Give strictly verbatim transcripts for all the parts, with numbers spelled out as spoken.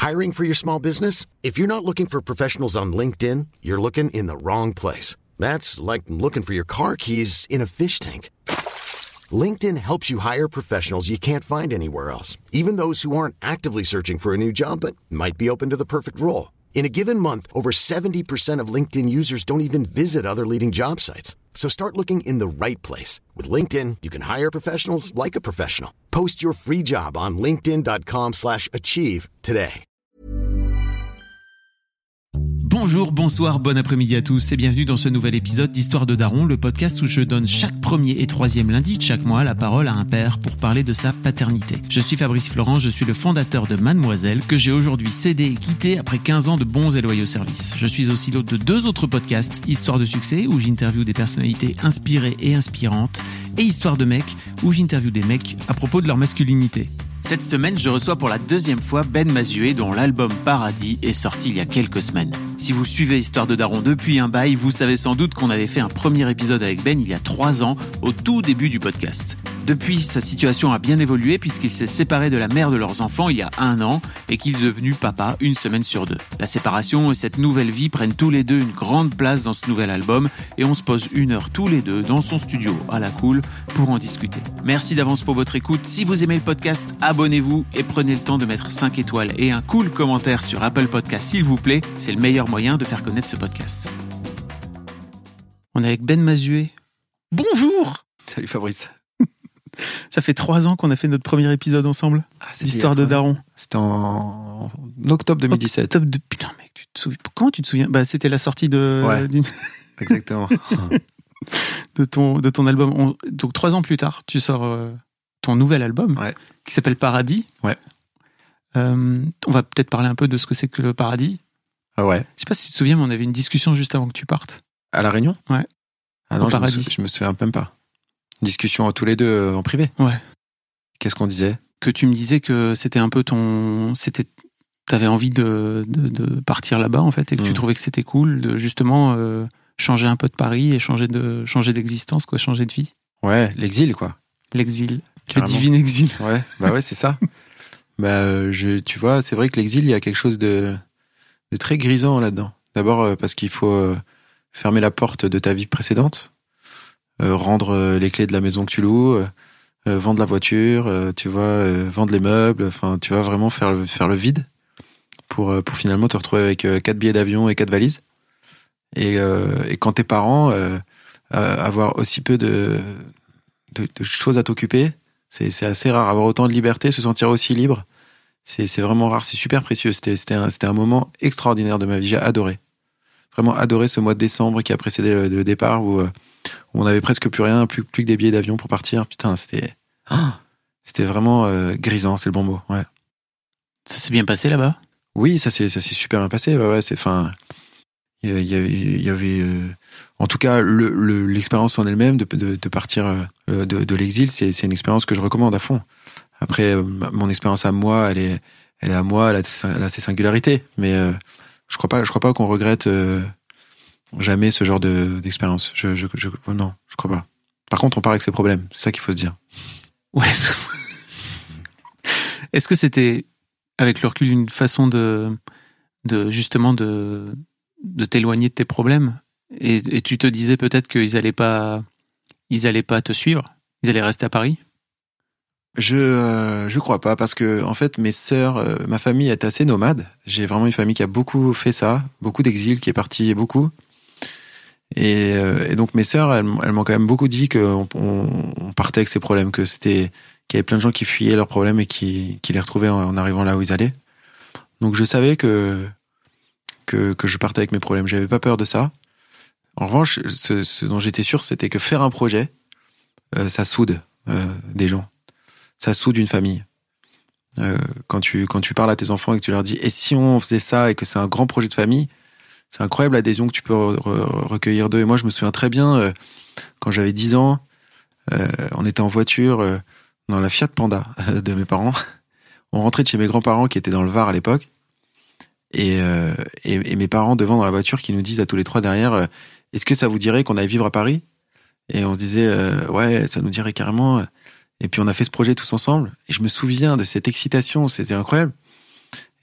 Hiring for your small business? If you're not looking for professionals on LinkedIn, you're looking in the wrong place. That's like looking for your car keys in a fish tank. LinkedIn helps you hire professionals you can't find anywhere else, even those who aren't actively searching for a new job but might be open to the perfect role. In a given month, over seventy percent of LinkedIn users don't even visit other leading job sites. So start looking in the right place. With LinkedIn, you can hire professionals like a professional. Post your free job on linkedin dot com slash achieve today. Bonjour, bonsoir, bon après-midi à tous et bienvenue dans ce nouvel épisode d'Histoire de Daron, le podcast où je donne chaque premier et troisième lundi de chaque mois la parole à un père pour parler de sa paternité. Je suis Fabrice Florent, je suis le fondateur de Mademoiselle, que j'ai aujourd'hui cédé et quitté après quinze ans de bons et loyaux services. Je suis aussi l'hôte de deux autres podcasts, Histoire de succès, où j'interviewe des personnalités inspirées et inspirantes, et Histoire de mec, où j'interviewe des mecs à propos de leur masculinité. Cette semaine, je reçois pour la deuxième fois Ben Mazué, dont l'album Paradis est sorti il y a quelques semaines. Si vous suivez Histoire de Daron depuis un bail, vous savez sans doute qu'on avait fait un premier épisode avec Ben il y a trois ans, au tout début du podcast. Depuis, sa situation a bien évolué puisqu'il s'est séparé de la mère de leurs enfants il y a un an et qu'il est devenu papa une semaine sur deux. La séparation et cette nouvelle vie prennent tous les deux une grande place dans ce nouvel album et on se pose une heure tous les deux dans son studio à la cool pour en discuter. Merci d'avance pour votre écoute. Si vous aimez le podcast, abonnez-vous et prenez le temps de mettre cinq étoiles et un cool commentaire sur Apple Podcast s'il vous plaît. C'est le meilleur moyen de faire connaître ce podcast. On est avec Ben Mazué. Bonjour. Salut Fabrice. Ça fait trois ans qu'on a fait notre premier épisode ensemble. Ah, L'histoire de Daron. C'était en... en octobre deux mille dix-sept. Octobre de... Putain mec, tu te souviens... comment tu te souviens? Bah, c'était la sortie de... Ouais, d'une... exactement. de, ton, de ton album. On... Donc trois ans plus tard, tu sors euh, ton nouvel album, ouais, qui s'appelle Paradis. Ouais. Euh, on va peut-être parler un peu de ce que c'est que le paradis. Ah ouais. Je sais pas si tu te souviens, mais on avait une discussion juste avant que tu partes. À La Réunion? Ouais. Ah non, Au je me, paradis. sou... je me souviens même pas. Discussion tous les deux euh, en privé. Ouais. Qu'est-ce qu'on disait? Que tu me disais que c'était un peu ton... C'était... T'avais envie de, de, de partir là-bas, en fait, et que mmh. tu trouvais que c'était cool de, justement, euh, changer un peu de Paris et changer, de, changer d'existence, quoi, changer de vie. Ouais, l'exil, quoi. L'exil. Carrément. Le divin exil. Ouais, bah ouais, c'est ça. bah, je, tu vois, c'est vrai que l'exil, il y a quelque chose de, de très grisant là-dedans. D'abord, euh, parce qu'il faut euh, fermer la porte de ta vie précédente. Euh, rendre euh, les clés de la maison que tu loues, euh, euh, vendre la voiture, euh, tu vois, euh, vendre les meubles, enfin, tu vas vraiment faire le, faire le vide pour, euh, pour finalement te retrouver avec euh, quatre billets d'avion et quatre valises. Et, euh, et quand t'es parent, euh, euh, avoir aussi peu de, de, de choses à t'occuper, c'est, c'est assez rare. Avoir autant de liberté, se sentir aussi libre, c'est, c'est vraiment rare, c'est super précieux. C'était, c'était, un, c'était un moment extraordinaire de ma vie, j'ai adoré. Vraiment adoré ce mois de décembre qui a précédé le, le départ où... Euh, où on avait presque plus rien, plus, plus que des billets d'avion pour partir. Putain, c'était, oh, c'était vraiment euh, grisant, c'est le bon mot. Ouais. Ça s'est bien passé là-bas? Oui, ça s'est, ça s'est super bien passé. Ouais, ouais, c'est, enfin, il y, y avait, il y avait euh, en tout cas, le, le, l'expérience en elle-même de, de, de partir euh, de, de l'exil, c'est, c'est une expérience que je recommande à fond. Après, euh, mon expérience à moi, elle est, elle est à moi, elle a, elle a ses singularités, mais euh, je crois pas, je crois pas qu'on regrette. Euh, Jamais ce genre de, d'expérience. Je, je, je, non, je crois pas. Par contre, on part avec ses problèmes. C'est ça qu'il faut se dire. Ouais. Ça... Est-ce que c'était, avec le recul, une façon de, de justement de, de t'éloigner de tes problèmes? Et, et tu te disais peut-être qu'ils allaient pas, ils allaient pas te suivre? Ils allaient rester à Paris? Je, euh, je crois pas, parce que, en fait, mes sœurs, euh, ma famille est assez nomade. J'ai vraiment une famille qui a beaucoup fait ça, beaucoup d'exil, qui est parti beaucoup. Et, euh, et donc mes sœurs, elles, elles m'ont quand même beaucoup dit qu'on on, on partait avec ces problèmes, que c'était, qu'il y avait plein de gens qui fuyaient leurs problèmes et qui, qui les retrouvaient en, en arrivant là où ils allaient. Donc je savais que, que, que je partais avec mes problèmes. J'avais pas peur de ça. En revanche, ce, ce dont j'étais sûr, c'était que faire un projet, euh, ça soude euh, des gens. Ça soude une famille. Euh, quand tu, quand tu parles à tes enfants et que tu leur dis, et si on faisait ça et que c'est un grand projet de famille, c'est incroyable l'adhésion que tu peux re- re- recueillir d'eux. Et moi, je me souviens très bien, euh, quand j'avais dix ans, euh, on était en voiture euh, dans la Fiat Panda euh, de mes parents. On rentrait de chez mes grands-parents qui étaient dans le Var à l'époque. Et, euh, et, et mes parents devant dans la voiture qui nous disent à tous les trois derrière, euh, est-ce que ça vous dirait qu'on aille vivre à Paris? Et on se disait, euh, ouais, ça nous dirait carrément. Et puis on a fait ce projet tous ensemble. Et je me souviens de cette excitation, c'était incroyable.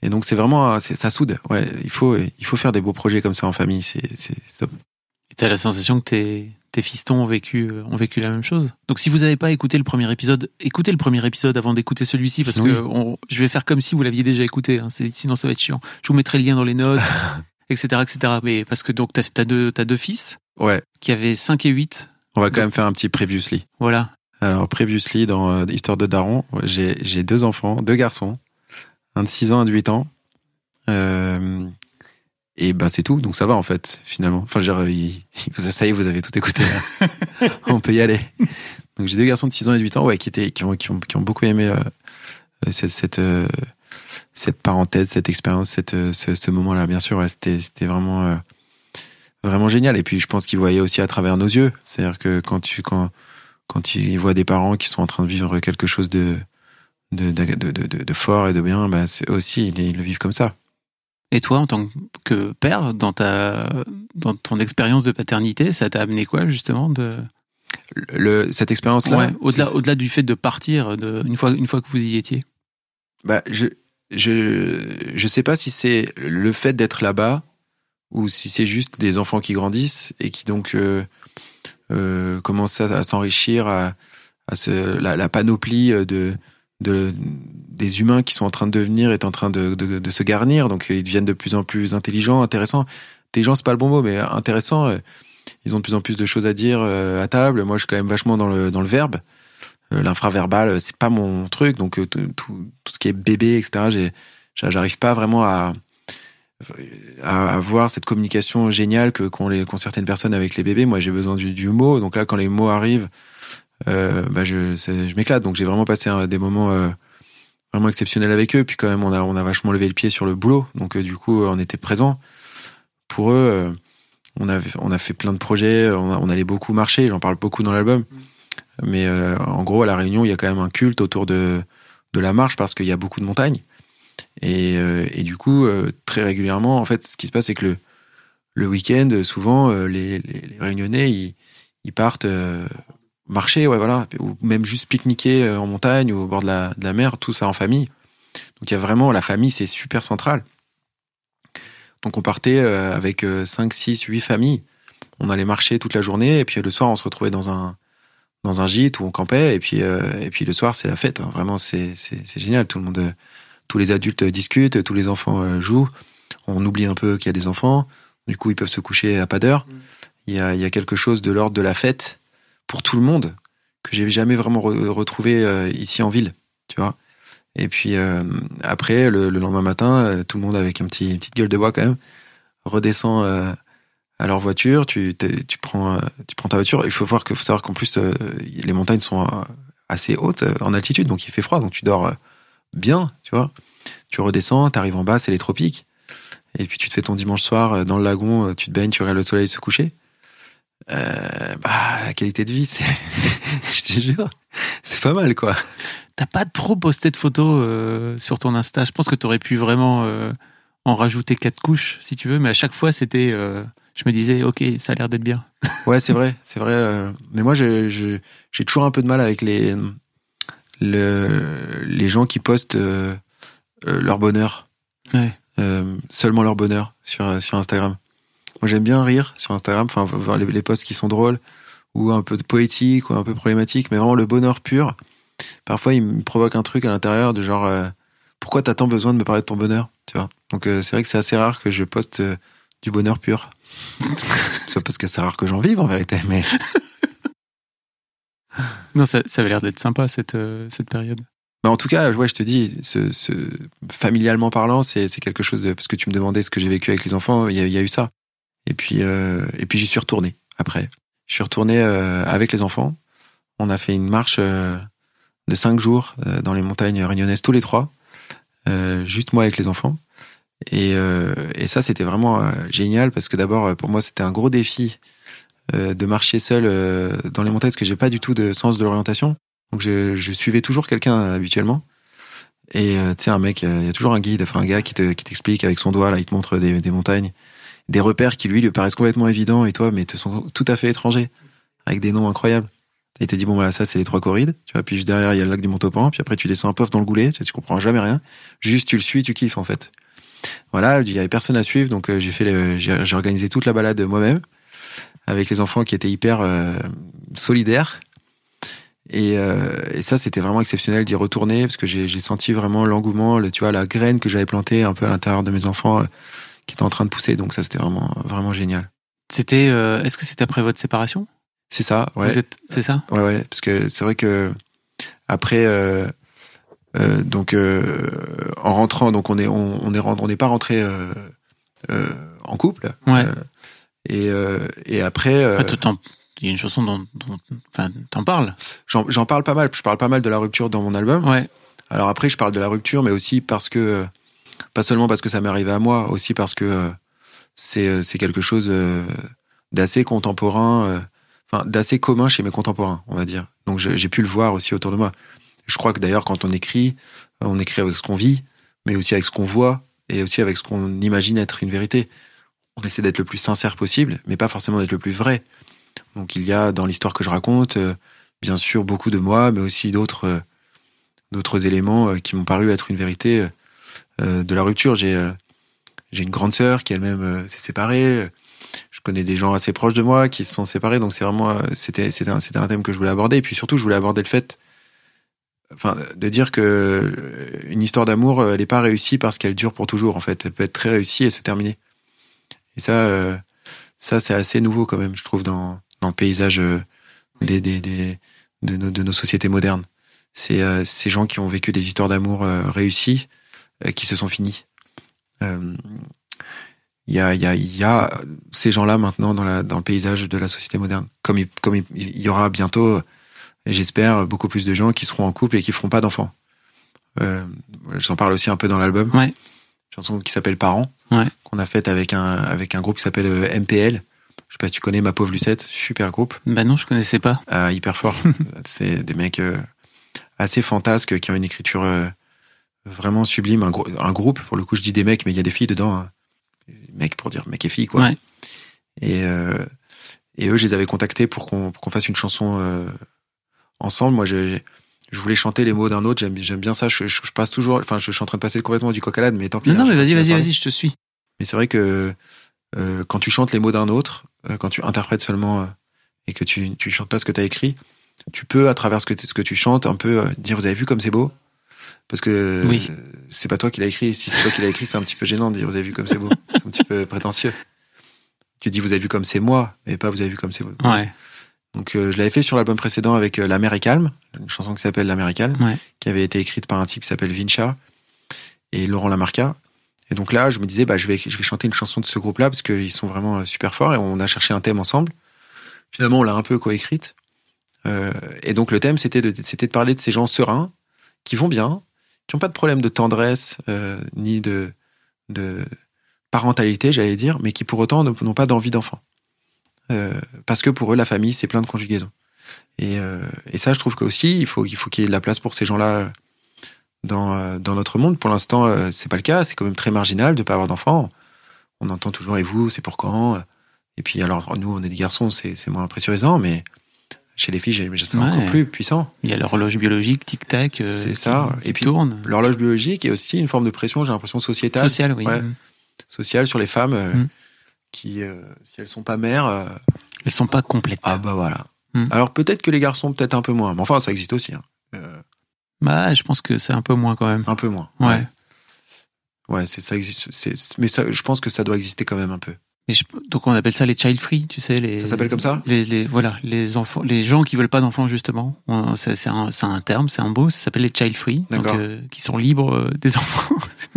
Et donc c'est vraiment, c'est, ça soude. Ouais, il faut, il faut faire des beaux projets comme ça en famille. C'est, c'est, c'est top. Et t'as la sensation que tes, tes fistons ont vécu, ont vécu la même chose. Donc si vous n'avez pas écouté le premier épisode, écoutez le premier épisode avant d'écouter celui-ci, parce oui. que on, je vais faire comme si vous l'aviez déjà écouté. Hein. C'est, sinon ça va être chiant. Je vous mettrai le lien dans les notes, et cetera, et cetera. Mais parce que donc t'as, t'as deux, t'as deux fils. Ouais. Qui avaient cinq et huit. On va quand même faire un petit previously. Voilà. Alors previously dans euh, Histoire de Daron, j'ai, j'ai deux enfants, deux garçons, un de six ans, un de huit ans. Euh, Et ben c'est tout, donc ça va en fait finalement. Enfin, je veux dire, il, ça y est, vous avez tout écouté. Là. On peut y aller. Donc j'ai deux garçons de six ans et de huit ans, ouais, qui étaient, qui ont, qui ont, qui ont beaucoup aimé euh, cette, cette, euh, cette parenthèse, cette expérience, cette, euh, ce, ce moment-là. Bien sûr, ouais, c'était, c'était vraiment, euh, vraiment génial. Et puis je pense qu'ils voyaient aussi à travers nos yeux. C'est-à-dire que quand tu, quand, quand ils voient des parents qui sont en train de vivre quelque chose de, de, de, de, de, de fort et de bien, bah c'est aussi ils, ils le vivent comme ça. Et toi, en tant que père, dans ta, dans ton expérience de paternité, ça t'a amené quoi, justement, de... Le, cette expérience-là? Ouais, au-delà, au-delà du fait de partir, de, une fois, une fois que vous y étiez. Bah, je, je, je sais pas si c'est le fait d'être là-bas, ou si c'est juste des enfants qui grandissent, et qui donc, euh, euh, commencent à, à s'enrichir, à, à se, la, la panoplie de, de, des humains qui sont en train de devenir est en train de, de, de se garnir, donc ils deviennent de plus en plus intelligents, intéressants. Intelligents, c'est pas le bon mot, mais intéressants. Ils ont de plus en plus de choses à dire à table. Moi, je suis quand même vachement dans le dans le verbe. L'infraverbal, c'est pas mon truc, donc tout, tout, tout ce qui est bébé, et cetera. J'ai, j'arrive pas vraiment à, à avoir cette communication géniale que qu'ont, les, qu'ont certaines personnes avec les bébés. Moi, j'ai besoin du, du mot. Donc là, quand les mots arrivent, euh, bah je, c'est, je m'éclate. Donc j'ai vraiment passé un, des moments euh, vraiment exceptionnels avec eux. Puis quand même, on a, on a vachement levé le pied sur le boulot. Donc euh, du coup, on était présents pour eux. Euh, on avait, on a fait plein de projets. On, a, on allait beaucoup marcher. J'en parle beaucoup dans l'album. Mais euh, en gros, à La Réunion, il y a quand même un culte autour de, de la marche parce qu'il y a beaucoup de montagnes. Et, euh, et du coup, euh, très régulièrement, en fait, ce qui se passe, c'est que le, le week-end, souvent, euh, les, les, les Réunionnais, ils, ils partent euh, marcher, ouais, voilà, ou même juste pique-niquer en montagne ou au bord de la, de la mer, tout ça en famille. Donc il y a vraiment, la famille, c'est super central. Donc on partait euh, avec cinq, six, huit familles. On allait marcher toute la journée et puis le soir, on se retrouvait dans un dans un gîte où on campait et puis euh, et puis le soir c'est la fête, hein. Vraiment c'est c'est c'est génial, tout le monde, euh, tous les adultes discutent, tous les enfants euh, jouent, on oublie un peu qu'il y a des enfants, du coup ils peuvent se coucher à pas d'heure. Il y a il y a quelque chose de l'ordre de la fête pour tout le monde que j'ai jamais vraiment re- retrouvé euh, ici en ville, tu vois. Et puis euh, après le, le lendemain matin, euh, tout le monde avec un petit une petite gueule de bois quand même redescend euh, à leur voiture, tu, tu prends, tu prends ta voiture. Il faut voir que, faut savoir qu'en plus, euh, les montagnes sont assez hautes en altitude, donc il fait froid, donc tu dors bien, tu vois. Tu redescends, t'arrives en bas, c'est les tropiques. Et puis tu te fais ton dimanche soir dans le lagon, tu te baignes, tu regardes le soleil se coucher. Euh, bah, la qualité de vie, c'est, je te jure, c'est pas mal, quoi. T'as pas trop posté de photos euh, sur ton Insta. Je pense que t'aurais pu vraiment euh, en rajouter quatre couches, si tu veux, mais à chaque fois, c'était... Euh... Je me disais, ok, ça a l'air d'être bien. Ouais, c'est vrai, c'est vrai. Euh, mais moi, je, je, j'ai toujours un peu de mal avec les, le, les gens qui postent euh, euh, leur bonheur. Ouais. Euh, seulement leur bonheur sur, sur Instagram. Moi, j'aime bien rire sur Instagram, enfin, voir les, les posts qui sont drôles, ou un peu poétiques, ou un peu problématiques, mais vraiment le bonheur pur. Parfois, il me provoque un truc à l'intérieur de genre, euh, pourquoi t'as tant besoin de me parler de ton bonheur, tu vois? Donc, euh, c'est vrai que c'est assez rare que je poste euh, du bonheur pur. C'est parce que c'est rare que j'en vive en vérité, mais non, ça, ça avait l'air d'être sympa cette euh, cette période. Mais en tout cas, ouais, je te dis, ce, ce familialement parlant, c'est c'est quelque chose de, parce que tu me demandais ce que j'ai vécu avec les enfants, il y a, il y a eu ça. Et puis euh, et puis j'y suis retourné après. Je suis retourné euh, avec les enfants. On a fait une marche euh, de cinq jours euh, dans les montagnes réunionnaises tous les trois, euh, juste moi avec les enfants. Et, euh, et ça, c'était vraiment euh, génial parce que d'abord, pour moi, c'était un gros défi euh, de marcher seul euh, dans les montagnes parce que j'ai pas du tout de sens de l'orientation. Donc, je, je suivais toujours quelqu'un euh, habituellement. Et euh, tu sais, un mec, il euh, y a toujours un guide, enfin un gars qui te qui t'explique avec son doigt, là, il te montre des, des montagnes, des repères qui lui lui paraissent complètement évidents et toi, mais te sont tout à fait étrangers, avec des noms incroyables. Et il te dit, bon, voilà, ça, c'est les trois corrides. Tu vois, puis juste derrière, il y a le lac du Montauban. Puis après, tu descends un peu dans le Goulet. Tu, sais, tu comprends jamais rien. Juste, tu le suis, tu kiffes, en fait. Voilà, il y avait personne à suivre. Donc, euh, j'ai fait le, j'ai, j'ai organisé toute la balade moi-même. Avec les enfants qui étaient hyper euh, solidaires. Et, euh, et ça, c'était vraiment exceptionnel d'y retourner. Parce que j'ai, j'ai senti vraiment l'engouement, le, tu vois, la graine que j'avais plantée un peu à l'intérieur de mes enfants euh, qui était en train de pousser. Donc ça, c'était vraiment, vraiment génial. C'était, euh, est-ce que c'était après votre séparation ? C'est ça, ouais. Vous êtes, c'est ça ? Ouais, ouais, parce que c'est vrai que après, euh, euh, donc euh, en rentrant, donc on est, on, on est, on n'est pas rentré euh, euh, en couple. Ouais. Euh, et euh, et après, euh, ah, il y a une chanson dont, dont enfin, t'en parles. J'en, j'en parle pas mal. Je parle pas mal de la rupture dans mon album. Ouais. Alors après, je parle de la rupture, mais aussi parce que, pas seulement parce que ça m'est arrivé à moi, aussi parce que euh, c'est, c'est quelque chose euh, d'assez contemporain. Euh, Enfin, d'assez commun chez mes contemporains, on va dire. Donc j'ai pu le voir aussi autour de moi. Je crois que d'ailleurs, quand on écrit, on écrit avec ce qu'on vit, mais aussi avec ce qu'on voit, et aussi avec ce qu'on imagine être une vérité. On essaie d'être le plus sincère possible, mais pas forcément d'être le plus vrai. Donc il y a dans l'histoire que je raconte, euh, bien sûr, beaucoup de moi, mais aussi d'autres, euh, d'autres éléments euh, qui m'ont paru être une vérité euh, de la rupture. J'ai, euh, j'ai une grande sœur qui elle-même euh, s'est séparée. Je connais des gens assez proches de moi qui se sont séparés, donc c'est vraiment, c'était, c'était un, c'était un thème que je voulais aborder. Et puis surtout, je voulais aborder le fait, enfin, de dire que une histoire d'amour, elle n'est pas réussie parce qu'elle dure pour toujours, en fait. Elle peut être très réussie et se terminer. Et ça, euh, ça, c'est assez nouveau quand même, je trouve, dans, dans le paysage des, des, des, de, nos, de nos sociétés modernes. C'est euh, ces gens qui ont vécu des histoires d'amour euh, réussies, euh, qui se sont finies. Euh, Il y a, il y a, il y a ces gens-là maintenant dans, la, dans le paysage de la société moderne. Comme il, comme il, il y aura bientôt, j'espère, beaucoup plus de gens qui seront en couple et qui feront pas d'enfants. Euh, j'en parle aussi un peu dans l'album. Ouais. Une chanson qui s'appelle Parents, ouais. qu'on a faite avec un, avec un groupe qui s'appelle M P L. Je sais pas si tu connais Ma Pauvre Lucette, super groupe. Bah non, je connaissais pas. Euh, hyper fort. C'est des mecs euh, assez fantasques qui ont une écriture euh, vraiment sublime. Un, gro- un groupe, pour le coup, je dis des mecs, mais il y a des filles dedans. Hein. Mec pour dire mec et fille, quoi. Ouais. Et, euh, et eux, je les avais contactés pour qu'on, pour qu'on fasse une chanson euh, ensemble. Moi, je, je voulais chanter les mots d'un autre. J'aime, j'aime bien ça. Je, je, je passe toujours. Enfin, je, je suis en train de passer complètement du coq à l'âne, mais tant pis. Non, non, mais vas-y, vas-y, parler. vas-y, je te suis. Mais c'est vrai que euh, quand tu chantes les mots d'un autre, euh, quand tu interprètes seulement euh, et que tu, tu chantes pas ce que t'as écrit, tu peux, à travers ce que, ce que tu chantes, un peu euh, dire, vous avez vu comme c'est beau? Parce que oui. euh, c'est pas toi qui l'as écrit. Si c'est toi qui l'as écrit, c'est un petit peu gênant de dire, vous avez vu comme c'est beau. C'est un petit peu prétentieux. Tu dis, vous avez vu comme c'est moi, mais pas vous avez vu comme c'est beau. Ouais. Donc euh, je l'avais fait sur l'album précédent avec euh, La mer est calme, une chanson qui s'appelle La mer est calme, ouais. qui avait été écrite par un type qui s'appelle Vincha et Laurent Lamarca. Et donc là, je me disais, bah, je vais, je vais chanter une chanson de ce groupe-là parce qu'ils sont vraiment super forts et on a cherché un thème ensemble. Finalement, on l'a un peu coécrite. Euh, et donc le thème, c'était de, c'était de parler de ces gens sereins qui vont bien, qui n'ont pas de problème de tendresse euh, ni de, de parentalité, j'allais dire, mais qui pour autant n'ont pas d'envie d'enfant. Euh, parce que pour eux, la famille, c'est plein de conjugaisons. Et, euh, et ça, je trouve qu'aussi, il faut, il faut qu'il y ait de la place pour ces gens-là dans, dans notre monde. Pour l'instant, euh, c'est pas le cas. C'est quand même très marginal de ne pas avoir d'enfants. On entend toujours, et vous, c'est pour quand? Et puis, alors, nous, on est des garçons, c'est, c'est moins impressionnant, mais chez les filles, c'est ouais. encore plus puissant. Il y a l'horloge biologique, tic-tac, euh, c'est qui, ça. qui et puis, tourne. L'horloge biologique est aussi une forme de pression, j'ai l'impression, sociétale. Sociale, oui. Ouais. Mmh. Sociale sur les femmes euh, mmh. qui, euh, si elles sont pas mères... Euh... Elles sont pas complètes. Ah bah voilà. Mmh. Alors peut-être que les garçons, peut-être un peu moins. Mais enfin, ça existe aussi. Hein. Euh... Bah, je pense que c'est un peu moins quand même. Un peu moins. Ouais. Ouais, ouais c'est, ça existe. C'est, mais ça, je pense que ça doit exister quand même un peu. Et je, donc on appelle ça les child free, tu sais. Les, ça s'appelle comme ça les, les, Voilà, les enfants, les gens qui veulent pas d'enfants justement. On, c'est, c'est, un, c'est un terme, c'est un mot, ça s'appelle les child free. D'accord. Donc, euh, qui sont libres euh, des enfants.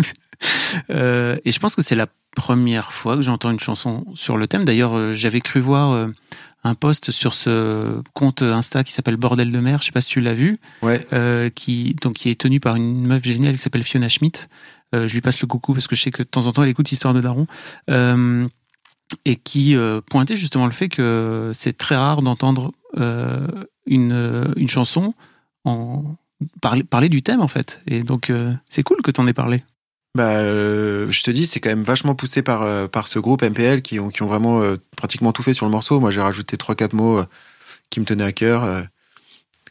euh, et je pense que c'est la première fois que j'entends une chanson sur le thème. D'ailleurs, euh, j'avais cru voir euh, un post sur ce compte Insta qui s'appelle Bordel de mer, je sais pas si tu l'as vu, ouais. euh, qui, donc, qui est tenu par une meuf géniale qui s'appelle Fiona Schmidt. Euh, je lui passe le coucou parce que je sais que de temps en temps elle écoute Histoire de Daron. Euh, et qui euh, pointait justement le fait que c'est très rare d'entendre euh, une, une chanson en, parler, parler du thème en fait. Et donc euh, c'est cool que t'en aies parlé. Bah, euh, je te dis, c'est quand même vachement poussé par, euh, par ce groupe M P L qui ont, qui ont vraiment euh, pratiquement tout fait sur le morceau. Moi, j'ai rajouté trois quatre mots euh, qui me tenaient à cœur. Euh,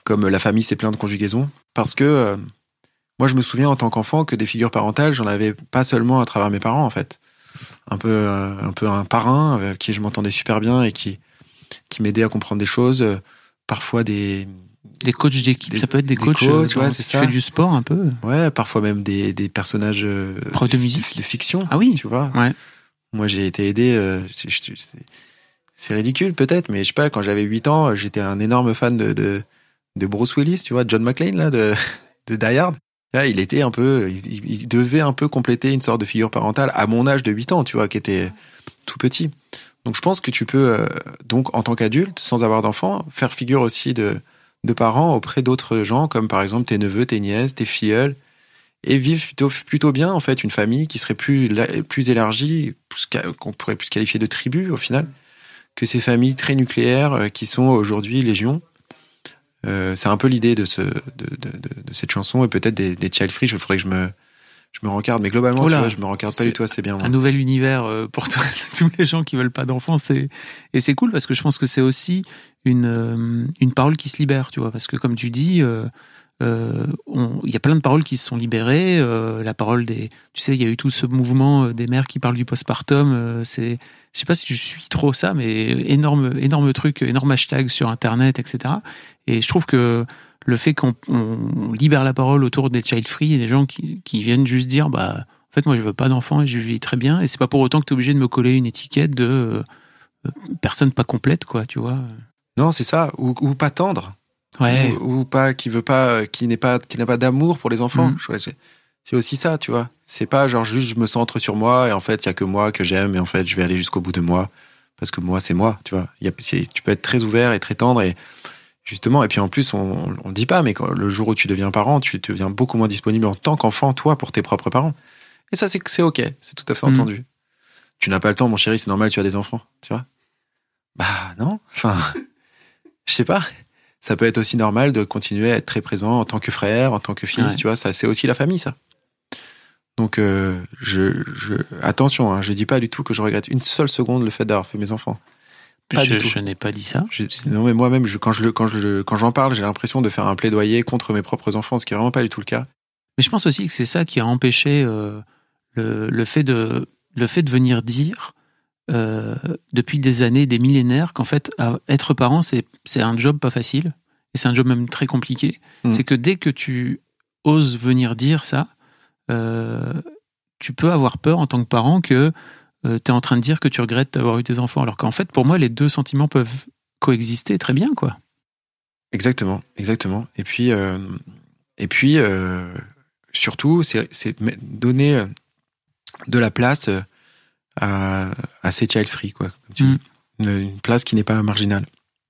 comme La famille c'est plein de conjugaisons, parce que euh, moi je me souviens en tant qu'enfant que des figures parentales, j'en avais pas seulement à travers mes parents en fait. Un peu, euh, un peu un parrain avec qui je m'entendais super bien et qui, qui m'aidait à comprendre des choses, euh, parfois des... Des coachs d'équipe, des, ça peut être des, des coachs, coachs dans, ouais, si c'est tu ça. fais du sport un peu. Ouais, parfois même des, des personnages euh, Prof de musique. de, de fiction. Ah oui. Tu vois. Ouais. Moi, j'ai été aidé. Euh, c'est, c'est, c'est ridicule peut-être, mais je sais pas. Quand j'avais huit ans, j'étais un énorme fan de de, de Bruce Willis, tu vois, John McClane là, de de Die Hard. Là, il était un peu, il, il devait un peu compléter une sorte de figure parentale à mon âge de huit ans, tu vois, qui était tout petit. Donc, je pense que tu peux euh, donc en tant qu'adulte, sans avoir d'enfant, faire figure aussi de de parents auprès d'autres gens, comme par exemple tes neveux, tes nièces, tes filleuls, et vivre plutôt, plutôt bien, en fait, une famille qui serait plus, plus élargie, qu'on pourrait plus qualifier de tribu, au final, que ces familles très nucléaires qui sont aujourd'hui légion. Euh, c'est un peu l'idée de, ce, de, de, de, de cette chanson, et peut-être des, des Child Free, il faudrait que je me, je me rencarde, mais globalement, oh là, tu vois, je me rencarde pas du tout assez bien. Moi. Un nouvel univers pour tous les gens qui veulent pas d'enfants, c'est, et c'est cool parce que je pense que c'est aussi une, une parole qui se libère, tu vois, parce que comme tu dis, euh, euh, on, y a plein de paroles qui se sont libérées, euh, la parole des, tu sais, il y a eu tout ce mouvement des mères qui parlent du postpartum, euh, c'est, je sais pas si tu suis trop ça, mais énorme, énorme truc, énorme hashtag sur Internet, et cetera. Et je trouve que le fait qu'on on libère la parole autour des child free, il y a des gens qui, qui viennent juste dire, bah, en fait, moi, je veux pas d'enfant et je vis très bien. Et c'est pas pour autant que t'es obligé de me coller une étiquette de euh, personne pas complète, quoi, tu vois. Non, c'est ça. Ou, ou pas tendre. Ouais. Ou, ou pas, qui veut pas, qui n'est pas, qui n'a pas d'amour pour les enfants. Mmh. C'est, c'est aussi ça, tu vois. C'est pas genre juste je me centre sur moi et en fait, il y a que moi que j'aime et en fait, je vais aller jusqu'au bout de moi. Parce que moi, c'est moi, tu vois. Y a, c'est, tu peux être très ouvert et très tendre et, justement, et puis en plus, on on le dit pas, mais quand, le jour où tu deviens parent, tu deviens beaucoup moins disponible en tant qu'enfant, toi, pour tes propres parents. Et ça, c'est, c'est ok, c'est tout à fait mmh. entendu. Tu n'as pas le temps, mon chéri, c'est normal, tu as des enfants, tu vois. Bah non, enfin, je sais pas. Ça peut être aussi normal de continuer à être très présent en tant que frère, en tant que fils, ouais. Tu vois, ça, c'est aussi la famille, ça. Donc, euh, je, je, attention, hein, je dis pas du tout que je regrette une seule seconde le fait d'avoir fait mes enfants. Pas je, je n'ai pas dit ça. Je, non, mais moi-même, je, quand, je, quand, je, quand j'en parle, j'ai l'impression de faire un plaidoyer contre mes propres enfants, ce qui est vraiment pas du tout le cas. Mais je pense aussi que c'est ça qui a empêché euh, le, le, fait de, le fait de venir dire euh, depuis des années, des millénaires, qu'en fait, être parent, c'est, c'est un job pas facile, et c'est un job même très compliqué. Mmh. C'est que dès que tu oses venir dire ça, euh, tu peux avoir peur en tant que parent que Euh, t'es en train de dire que tu regrettes d'avoir eu tes enfants, alors qu'en fait, pour moi, les deux sentiments peuvent coexister très bien, quoi. Exactement, exactement. Et puis, euh, et puis, euh, surtout, c'est, c'est donner de la place à, à ces child free, quoi. Mm. Une, une place qui n'est pas marginale.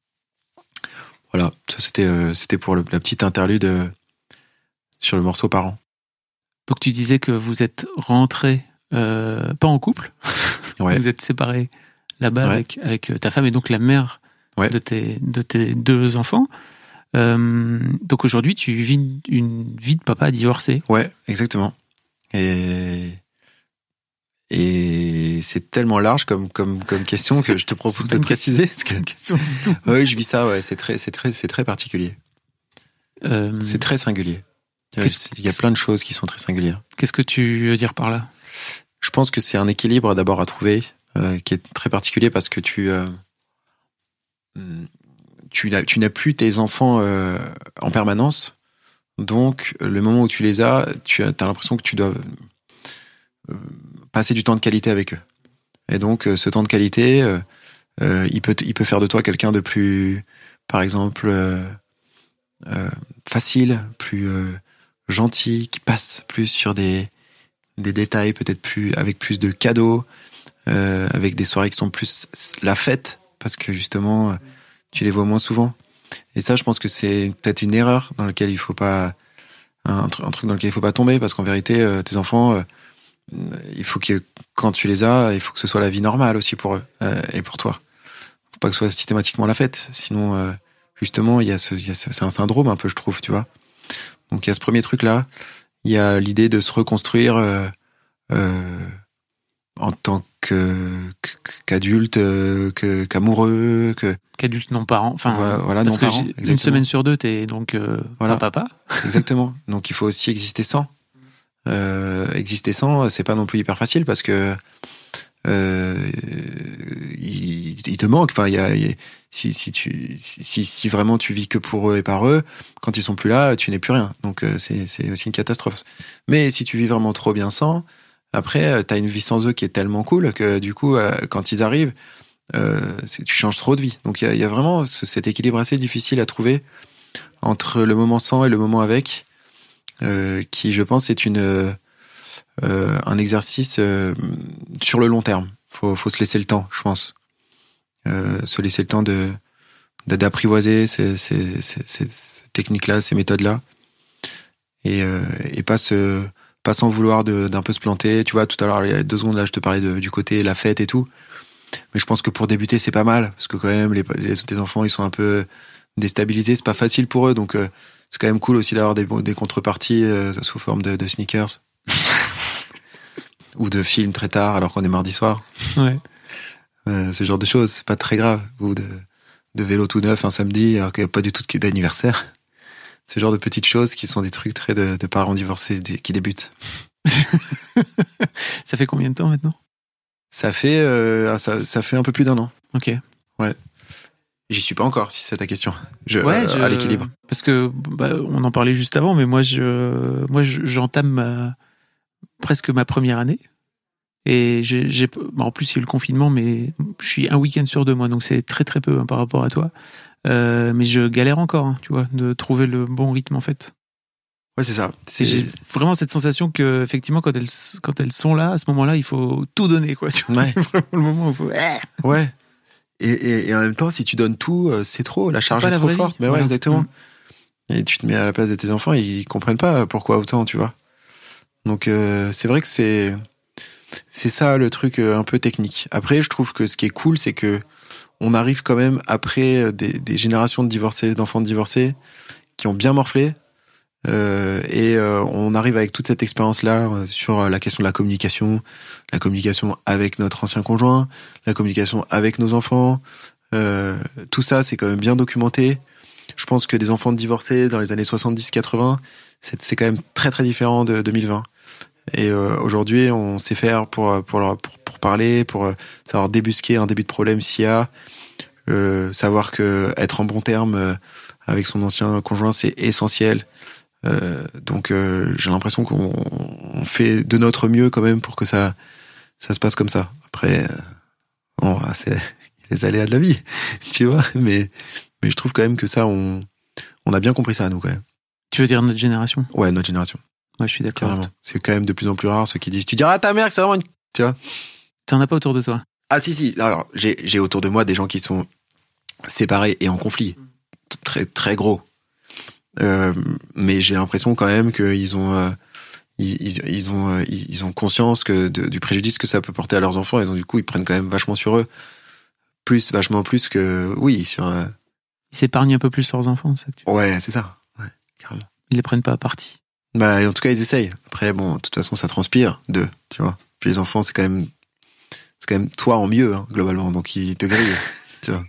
Voilà, ça c'était, euh, c'était pour le, la petite interlude euh, sur le morceau Parents. Donc tu disais que vous êtes rentrés euh, pas en couple. Ouais. Vous êtes séparés là-bas ouais. avec, avec ta femme et donc la mère ouais. de, tes, de tes deux enfants. Euh, donc aujourd'hui, tu vis une vie de papa divorcé. Ouais, exactement. Et, et c'est tellement large comme, comme, comme question que je te propose de préciser. C'est une question du tout. Oui, je vis ça, ouais. C'est très, c'est très, c'est très particulier. Euh... C'est très singulier. Il y a plein de choses qui sont très singulières. Qu'est-ce que tu veux dire par là ? Je pense que c'est un équilibre d'abord à trouver euh, qui est très particulier parce que tu euh, tu, n'as, tu n'as plus tes enfants euh, en permanence, donc le moment où tu les as, tu as t'as l'impression que tu dois euh, passer du temps de qualité avec eux. Et donc euh, ce temps de qualité, euh, euh, il peut il peut faire de toi quelqu'un de plus, par exemple, euh, euh, facile, plus euh, gentil, qui passe plus sur des des détails peut-être plus avec plus de cadeaux, euh, avec des soirées qui sont plus la fête parce que justement tu les vois moins souvent. Et ça, je pense que c'est peut-être une erreur dans laquelle il faut pas un, un truc dans lequel il faut pas tomber parce qu'en vérité euh, tes enfants euh, il faut que quand tu les as, il faut que ce soit la vie normale aussi pour eux euh, et pour toi. Faut pas que ce soit systématiquement la fête, sinon euh, justement il y a ce il y a ce, c'est un syndrome un peu je trouve, tu vois. Donc il y a ce premier truc là. Il y a l'idée de se reconstruire euh, euh, en tant que, qu'adulte, euh, que, qu'amoureux, que qu'adulte non parent. Enfin, voilà, voilà parce non que parent. une Exactement. semaine sur deux, t'es donc euh, voilà. pas papa. Exactement. Donc il faut aussi exister sans. Euh, exister sans, c'est pas non plus hyper facile parce que euh, il, il te manque. Enfin, il y a, il y a si si tu si si vraiment tu vis que pour eux et par eux, quand ils sont plus là, tu n'es plus rien. Donc euh, c'est c'est aussi une catastrophe. Mais si tu vis vraiment trop bien sans, après t'as une vie sans eux qui est tellement cool que du coup euh, quand ils arrivent, euh, tu changes trop de vie. Donc il y a, il y a vraiment ce, cet équilibre assez difficile à trouver entre le moment sans et le moment avec. Euh, qui, je pense, est une euh, un exercice euh, sur le long terme. Faut, faut se laisser le temps, je pense. Euh, se laisser le temps de, de d'apprivoiser ces, ces, ces, ces, ces techniques-là, ces méthodes-là, et, euh, et pas se, pas sans vouloir de, d'un peu se planter. Tu vois, tout à l'heure, il y a deux secondes là, je te parlais de, du côté la fête et tout. Mais je pense que pour débuter, c'est pas mal, parce que quand même, les, les, les enfants, ils sont un peu déstabilisés. C'est pas facile pour eux, donc. Euh, C'est quand même cool aussi d'avoir des, des contreparties euh, sous forme de, de sneakers ou de films très tard alors qu'on est mardi soir. Ouais. Euh, ce genre de choses, c'est pas très grave. Ou de, de vélo tout neuf un samedi alors qu'il n'y a pas du tout d'anniversaire. Ce genre de petites choses qui sont des trucs très de, de parents divorcés qui débutent. Ça fait combien de temps maintenant ? Ça fait euh, ça, ça fait un peu plus d'un an. Ok. Ouais. J'y suis pas encore, si c'est ta question. Je, ouais, euh, je, à l'équilibre. Parce que bah, on en parlait juste avant, mais moi, je, moi, je, j'entame ma, presque ma première année. Et j'ai, j'ai, bah, en plus, il y a eu le confinement, mais je suis un week-end sur deux, moi, donc c'est très très peu hein, par rapport à toi. Euh, mais je galère encore, hein, tu vois, de trouver le bon rythme en fait. Ouais, c'est ça. C'est... J'ai vraiment cette sensation que, effectivement, quand elles, quand elles sont là, à ce moment-là, il faut tout donner, quoi. Tu vois, ouais. C'est vraiment le moment où il faut. Ouais. Et, et, et en même temps, si tu donnes tout, c'est trop. La charge est, est trop forte. Mais ouais, voilà. exactement. Mmh. Et tu te mets à la place de tes enfants, ils comprennent pas pourquoi autant, tu vois. Donc euh, c'est vrai que c'est c'est ça le truc un peu technique. Après, je trouve que ce qui est cool, c'est que on arrive quand même après des, des générations de divorcés, d'enfants de divorcés, qui ont bien morflé. Euh, et euh, on arrive avec toute cette expérience-là euh, sur la question de la communication, la communication avec notre ancien conjoint, la communication avec nos enfants. Euh, tout ça, c'est quand même bien documenté. Je pense que des enfants de divorcés dans les années soixante-dix quatre-vingts, c'est, c'est quand même très très différent de deux mille vingt. Et euh, aujourd'hui, on sait faire pour pour leur, pour, pour parler, pour savoir débusquer un début de problème s'il y a, euh, savoir que être en bon terme avec son ancien conjoint, c'est essentiel. Euh, donc euh, j'ai l'impression qu'on on fait de notre mieux quand même pour que ça ça se passe comme ça. Après, bon, c'est les aléas de la vie, tu vois. Mais mais je trouve quand même que ça, on on a bien compris ça nous quand même. Tu veux dire notre génération ? Ouais, notre génération. Ouais, je suis d'accord. Carrément. C'est quand même de plus en plus rare ceux qui disent. Tu diras à ta mère que c'est vraiment une. Tu vois. T'en as pas autour de toi ? Ah si si. Alors j'ai j'ai autour de moi des gens qui sont séparés et en conflit, très très gros. Euh, mais j'ai l'impression quand même qu'ils ont, euh, ils, ils, ils ont, euh, ils ont conscience que de, du préjudice que ça peut porter à leurs enfants, et donc du coup ils prennent quand même vachement sur eux, plus vachement plus que oui sur. Euh... Ils s'épargnent un peu plus leurs enfants, ça. Tu... Ouais, c'est ça. Ouais, carrément. Ils les prennent pas à partie. Bah en tout cas ils essayent. Après bon, de toute façon ça transpire d'eux, tu vois. Puis les enfants c'est quand même, c'est quand même toi en mieux hein, globalement, donc ils te grillent, tu vois.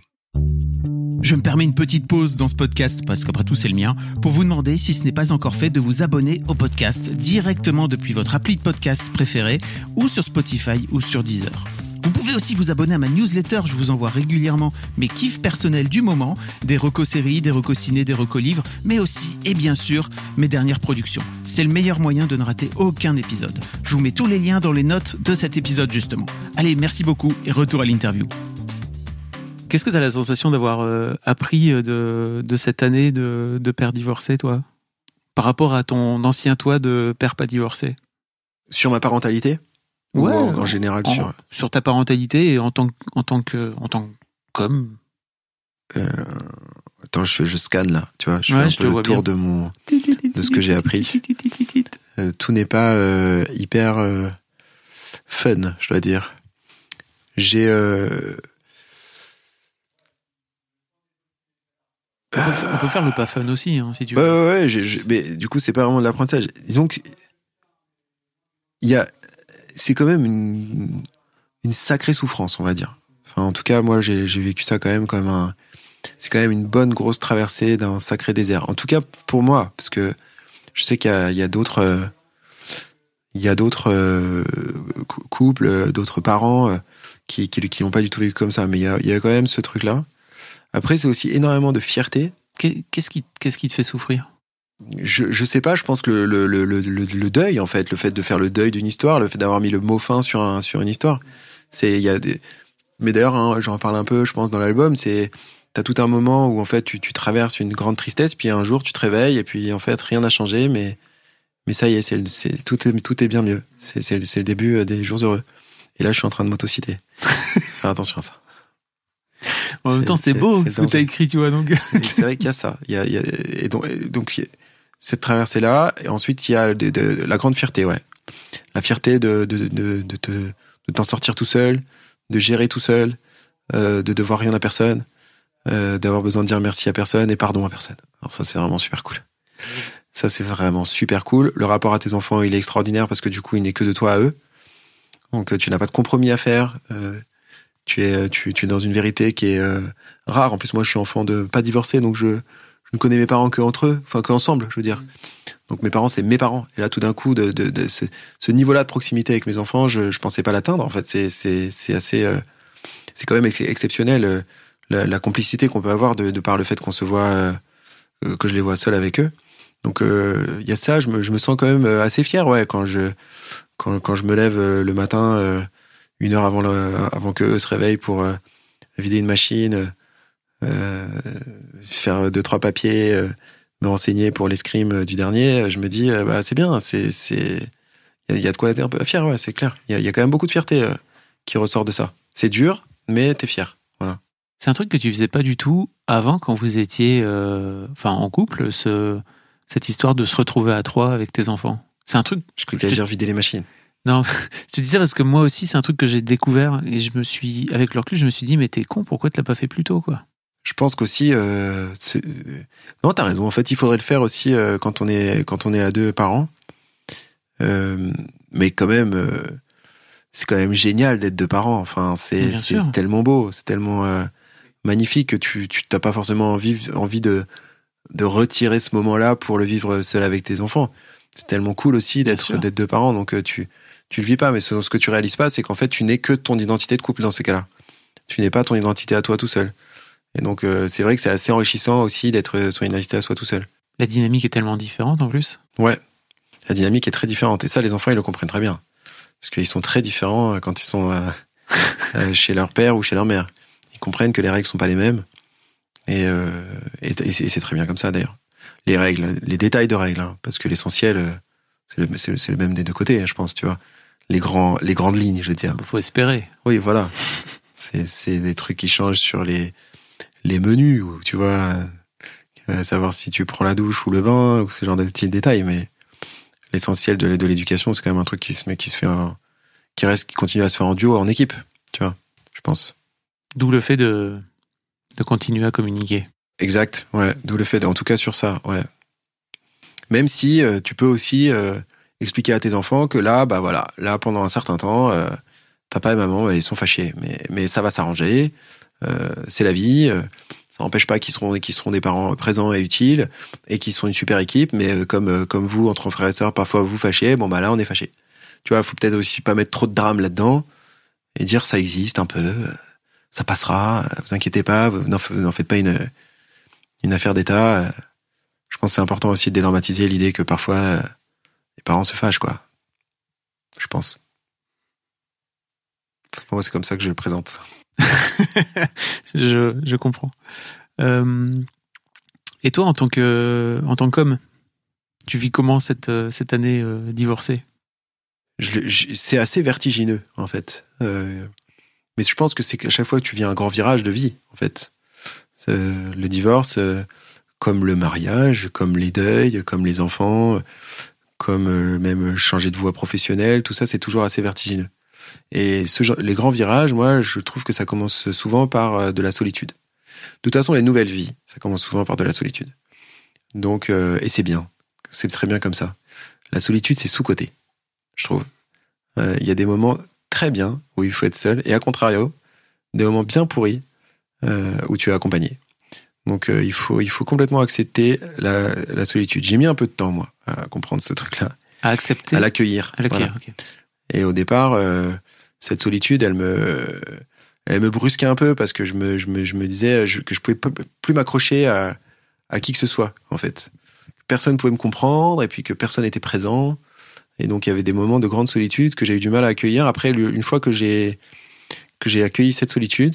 Je me permets une petite pause dans ce podcast, parce qu'après tout c'est le mien, pour vous demander, si ce n'est pas encore fait, de vous abonner au podcast directement depuis votre appli de podcast préférée, ou sur Spotify ou sur Deezer. Vous pouvez aussi vous abonner à ma newsletter, je vous envoie régulièrement mes kiffs personnels du moment, des recos séries, des recos ciné, des recos livres, mais aussi, et bien sûr, mes dernières productions. C'est le meilleur moyen de ne rater aucun épisode. Je vous mets tous les liens dans les notes de cet épisode justement. Allez, merci beaucoup et retour à l'interview. Qu'est-ce que tu as la sensation d'avoir euh, appris de, de cette année de, de père divorcé, toi, par rapport à ton ancien toi de père pas divorcé ? Sur ma parentalité ? Ouais. Ou en, en général en, sur. Sur ta parentalité et en tant, en tant que. En tant qu'homme. Euh, attends, je, je scanne là, tu vois, je ouais, fais un je peu le tour bien. de mon. de ce que j'ai appris. Euh, tout n'est pas euh, hyper euh, fun, je dois dire. J'ai. Euh, On peut, on peut faire le pas fun aussi, hein, si tu Ouais, veux. ouais, ouais j'ai, j'ai, mais du coup, c'est pas vraiment de l'apprentissage. Disons que il y a, c'est quand même une, une sacrée souffrance, on va dire. Enfin, en tout cas, moi, j'ai, j'ai vécu ça quand même comme un... C'est quand même une bonne grosse traversée d'un sacré désert. En tout cas, pour moi, parce que je sais qu'il y a, il y a d'autres... Euh, il y a d'autres euh, couples, d'autres parents euh, qui, qui, qui n'ont pas du tout vécu comme ça. Mais il y a, il y a quand même ce truc-là. Après, c'est aussi énormément de fierté. Qu'est-ce qui, qu'est-ce qui te fait souffrir ? Je, je sais pas, je pense que le, le, le, le, le deuil, en fait, le fait de faire le deuil d'une histoire, le fait d'avoir mis le mot fin sur, un, sur une histoire, c'est, il y a des... Mais d'ailleurs, hein, j'en parle un peu, je pense, dans l'album, c'est, t'as tout un moment où, en fait, tu, tu traverses une grande tristesse, puis un jour, tu te réveilles, et puis, en fait, rien n'a changé, mais, mais ça y est, c'est, c'est, tout, est, tout est bien mieux. C'est, c'est, c'est le début des jours heureux. Et là, je suis en train de m'autociter. Faire attention à ça. En même c'est, temps, c'est, c'est beau, c'est ce que t'as écrit, tu vois, donc. C'est vrai qu'il y a ça. Il y a, il y a, et donc, et donc, cette traversée-là, et ensuite, il y a de, de, de, la grande fierté, ouais. La fierté de, de, de, de, te, de t'en sortir tout seul, de gérer tout seul, euh, de devoir rien à personne, euh, d'avoir besoin de dire merci à personne et pardon à personne. Alors ça, c'est vraiment super cool. Ça, c'est vraiment super cool. Le rapport à tes enfants, il est extraordinaire parce que du coup, il n'est que de toi à eux. Donc, tu n'as pas de compromis à faire. Euh, tu es, tu, tu es dans une vérité qui est euh, rare. En plus, moi, je suis enfant de pas divorcé, donc je, je ne connais mes parents que entre eux, enfin que ensemble, je veux dire. Donc mes parents, c'est mes parents. Et là, tout d'un coup, de, de, de ce, ce niveau-là de proximité avec mes enfants, je, je pensais pas l'atteindre. En fait, c'est, c'est, c'est assez, euh, c'est quand même ex- exceptionnel euh, la, la complicité qu'on peut avoir de, de par le fait qu'on se voit, euh, que je les vois seuls avec eux. Donc il euh, y a ça, je me, je me sens quand même assez fier, ouais, quand je, quand, quand je me lève le matin, euh, une heure avant le, avant qu'eux se réveillent pour euh, vider une machine. Euh, faire deux trois papiers, euh, me renseigner pour l'escrime du dernier, je me dis euh, bah c'est bien, c'est c'est il y, y a de quoi être un peu fier, ouais, c'est clair. Il y a, y a quand même beaucoup de fierté euh, qui ressort de ça. C'est dur, mais t'es fier. Voilà. C'est un truc que tu faisais pas du tout avant quand vous étiez, euh, enfin en couple, ce cette histoire de se retrouver à trois avec tes enfants. C'est un truc. Je crois que t'allais dire vider les machines. Non, je te dis ça parce que moi aussi c'est un truc que j'ai découvert et je me suis, avec le recul, je me suis dit mais t'es con, pourquoi tu l'as pas fait plus tôt, quoi. Je pense qu'aussi, euh, c'est... non, t'as raison. En fait, il faudrait le faire aussi euh, quand on est quand on est à deux parents. Euh, mais quand même, euh, c'est quand même génial d'être deux parents. Enfin, c'est, c'est, c'est tellement beau, c'est tellement euh, magnifique que tu tu t'as pas forcément envie envie de de retirer ce moment-là pour le vivre seul avec tes enfants. C'est tellement cool aussi d'être d'être deux parents. Donc tu tu le vis pas, mais ce, ce que tu réalises pas, c'est qu'en fait, tu n'es que ton identité de couple dans ces cas-là. Tu n'es pas ton identité à toi tout seul. Et donc, euh, c'est vrai que c'est assez enrichissant aussi d'être son identité à soi tout seul. La dynamique est tellement différente en plus. Ouais, la dynamique est très différente. Et ça, les enfants, ils le comprennent très bien. Parce qu'ils sont très différents quand ils sont euh, chez leur père ou chez leur mère. Ils comprennent que les règles sont pas les mêmes. Et, euh, et, et, c'est, et c'est très bien comme ça, d'ailleurs. Les règles, les détails de règles. Hein, parce que l'essentiel, euh, c'est, le, c'est, le, c'est le même des deux côtés, je pense, tu vois. Les, grands, les grandes lignes, je veux dire. Il faut espérer. Oui, voilà. C'est, c'est des trucs qui changent sur les... les menus, ou tu vois, euh, savoir si tu prends la douche ou le bain, ou ce genre de petits détails, mais l'essentiel de, de l'éducation, c'est quand même un truc qui se, qui se fait, en, qui reste, qui continue à se faire en duo, en équipe, tu vois, je pense. D'où le fait de, de continuer à communiquer. Exact, ouais, d'où le fait, de, en tout cas sur ça, ouais. Même si euh, tu peux aussi euh, expliquer à tes enfants que là, bah voilà, là pendant un certain temps, euh, papa et maman, bah, ils sont fâchés, mais, mais ça va s'arranger. Euh, c'est la vie, euh, ça n'empêche pas qu'ils seront, qu'ils seront des parents présents et utiles et qu'ils sont une super équipe, mais euh, comme, euh, comme vous, entre frères et sœurs, parfois vous fâchez, bon bah là on est fâchés. Tu vois, faut peut-être aussi pas mettre trop de drame là-dedans et dire ça existe un peu, euh, ça passera, euh, vous inquiétez pas, vous n'en, n'en faites pas une, une affaire d'État. Euh, je pense que c'est important aussi de dédramatiser l'idée que parfois euh, les parents se fâchent, quoi. Je pense. Pour moi, c'est comme ça que je le présente. je, je comprends. Euh, et toi, en tant que, en tant qu'homme, tu vis comment cette, cette année euh, divorcée ? je, je, C'est assez vertigineux, en fait. Euh, mais je pense que c'est qu'à chaque fois que tu vis un grand virage de vie, en fait. Euh, le divorce, euh, comme le mariage, comme les deuils, comme les enfants, comme euh, même changer de voie professionnelle, tout ça, c'est toujours assez vertigineux. Et ce genre, les grands virages, moi, je trouve que ça commence souvent par de la solitude. De toute façon, les nouvelles vies, ça commence souvent par de la solitude. Donc, euh, et c'est bien. C'est très bien comme ça. La solitude, c'est sous-coté, je trouve. Il euh, y a des moments très bien où il faut être seul, et à contrario, des moments bien pourris euh, où tu es accompagné. Donc euh, il faut il faut complètement accepter la, la solitude. J'ai mis un peu de temps moi à comprendre ce truc-là, à accepter, à l'accueillir. à l'accueillir. Voilà. Okay. Et au départ, euh, cette solitude, elle me elle me brusquait un peu parce que je me je me je me disais je, que je pouvais plus m'accrocher à à qui que ce soit en fait. Personne pouvait me comprendre et puis que personne n'était présent. Et donc il y avait des moments de grande solitude que j'ai eu du mal à accueillir. Après, une fois que j'ai que j'ai accueilli cette solitude,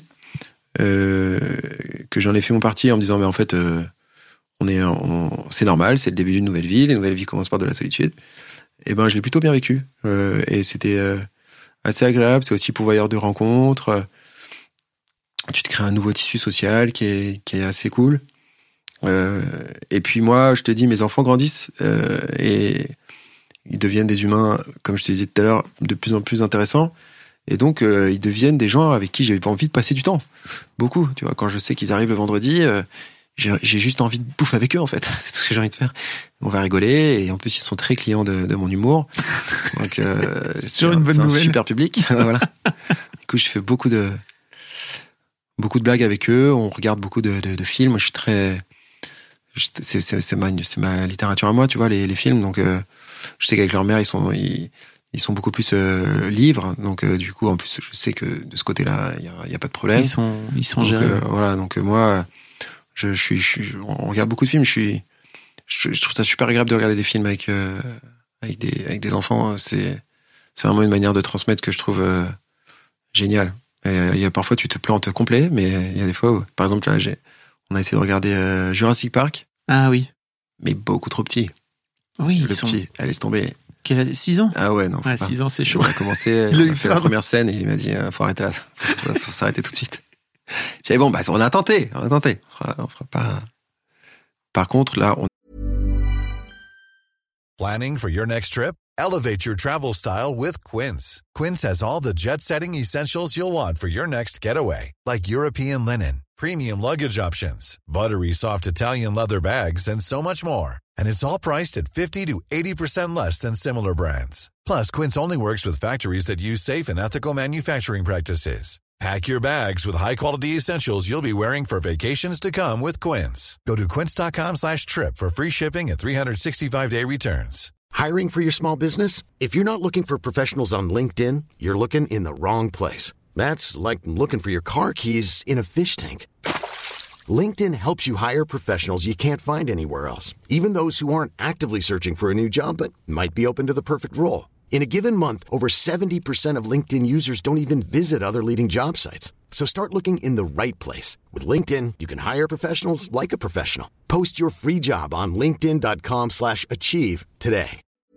euh, que j'en ai fait mon parti en me disant mais en fait euh, on est on, c'est normal, c'est le début d'une nouvelle vie, les nouvelles vies commencent par de la solitude. Et ben je l'ai plutôt bien vécu euh, et c'était euh, assez agréable. C'est aussi pourvoyeur de rencontres. Tu te crées un nouveau tissu social qui est qui est assez cool. Euh, et puis moi, je te dis, mes enfants grandissent euh, et ils deviennent des humains, comme je te disais tout à l'heure, de plus en plus intéressants. Et donc, euh, ils deviennent des gens avec qui j'ai envie de passer du temps. Beaucoup, tu vois. Quand je sais qu'ils arrivent le vendredi, euh, j'ai, j'ai juste envie de bouffer avec eux, en fait. C'est tout ce que j'ai envie de faire. On va rigoler, et en plus, ils sont très clients de, de mon humour. Donc, euh, c'est, c'est toujours une bonne c'est nouvelle. Un super public. Voilà. Du coup, je fais beaucoup de beaucoup de blagues avec eux. On regarde beaucoup de, de, de films. Je suis très c'est, c'est, c'est ma c'est ma littérature à moi, tu vois, les, les films. Donc, euh, je sais qu'avec leur mère, ils sont ils, Ils sont beaucoup plus euh, livres, donc euh, du coup, en plus, je sais que de ce côté-là, il y a, y a pas de problème. Ils sont, ils sont donc, gérés. Euh, voilà, donc euh, moi, je, je suis, je suis, on regarde beaucoup de films. Je suis, je, je trouve ça super agréable de regarder des films avec euh, avec des avec des enfants. C'est, c'est vraiment une manière de transmettre que je trouve euh, géniale. Il y a parfois, tu te plantes complet, mais il y a des fois où, par exemple, là, j'ai, on a essayé de regarder euh, Jurassic Park. Ah oui. Mais beaucoup trop petit. Oui. Le ils sont... petit, elle laisse tomber. Quel a six ans? Ah ouais, non. Ouais, six ans, c'est chaud. On a commencé, il on a fait la première scène et il m'a dit, faut arrêter là. Faut, faut s'arrêter tout de suite. J'avais bon, bah, on a tenté, on a tenté. On fera, on fera pas. Par contre, là, on. Planning for your next trip? Elevate your travel style with Quince. Quince has all the jet-setting essentials you'll want for your next getaway, like European linen, premium luggage options, buttery soft Italian leather bags, and so much more. And it's all priced at fifty to eighty percent less than similar brands. Plus, Quince only works with factories that use safe and ethical manufacturing practices. Pack your bags with high-quality essentials you'll be wearing for vacations to come with Quince. Go to quince.com slash trip for free shipping and three sixty-five day returns. Hiring for your small business? If you're not looking for professionals on LinkedIn, you're looking in the wrong place. That's like looking for your car keys in a fish tank. LinkedIn helps you hire professionals you can't find anywhere else, even those who aren't actively searching for a new job but might be open to the perfect role. In a given month, over seventy percent of LinkedIn users don't even visit other leading job sites. So start looking in the right place. With LinkedIn, you can hire professionals like a professional. Post your free job on linkedin.com slash achieve today.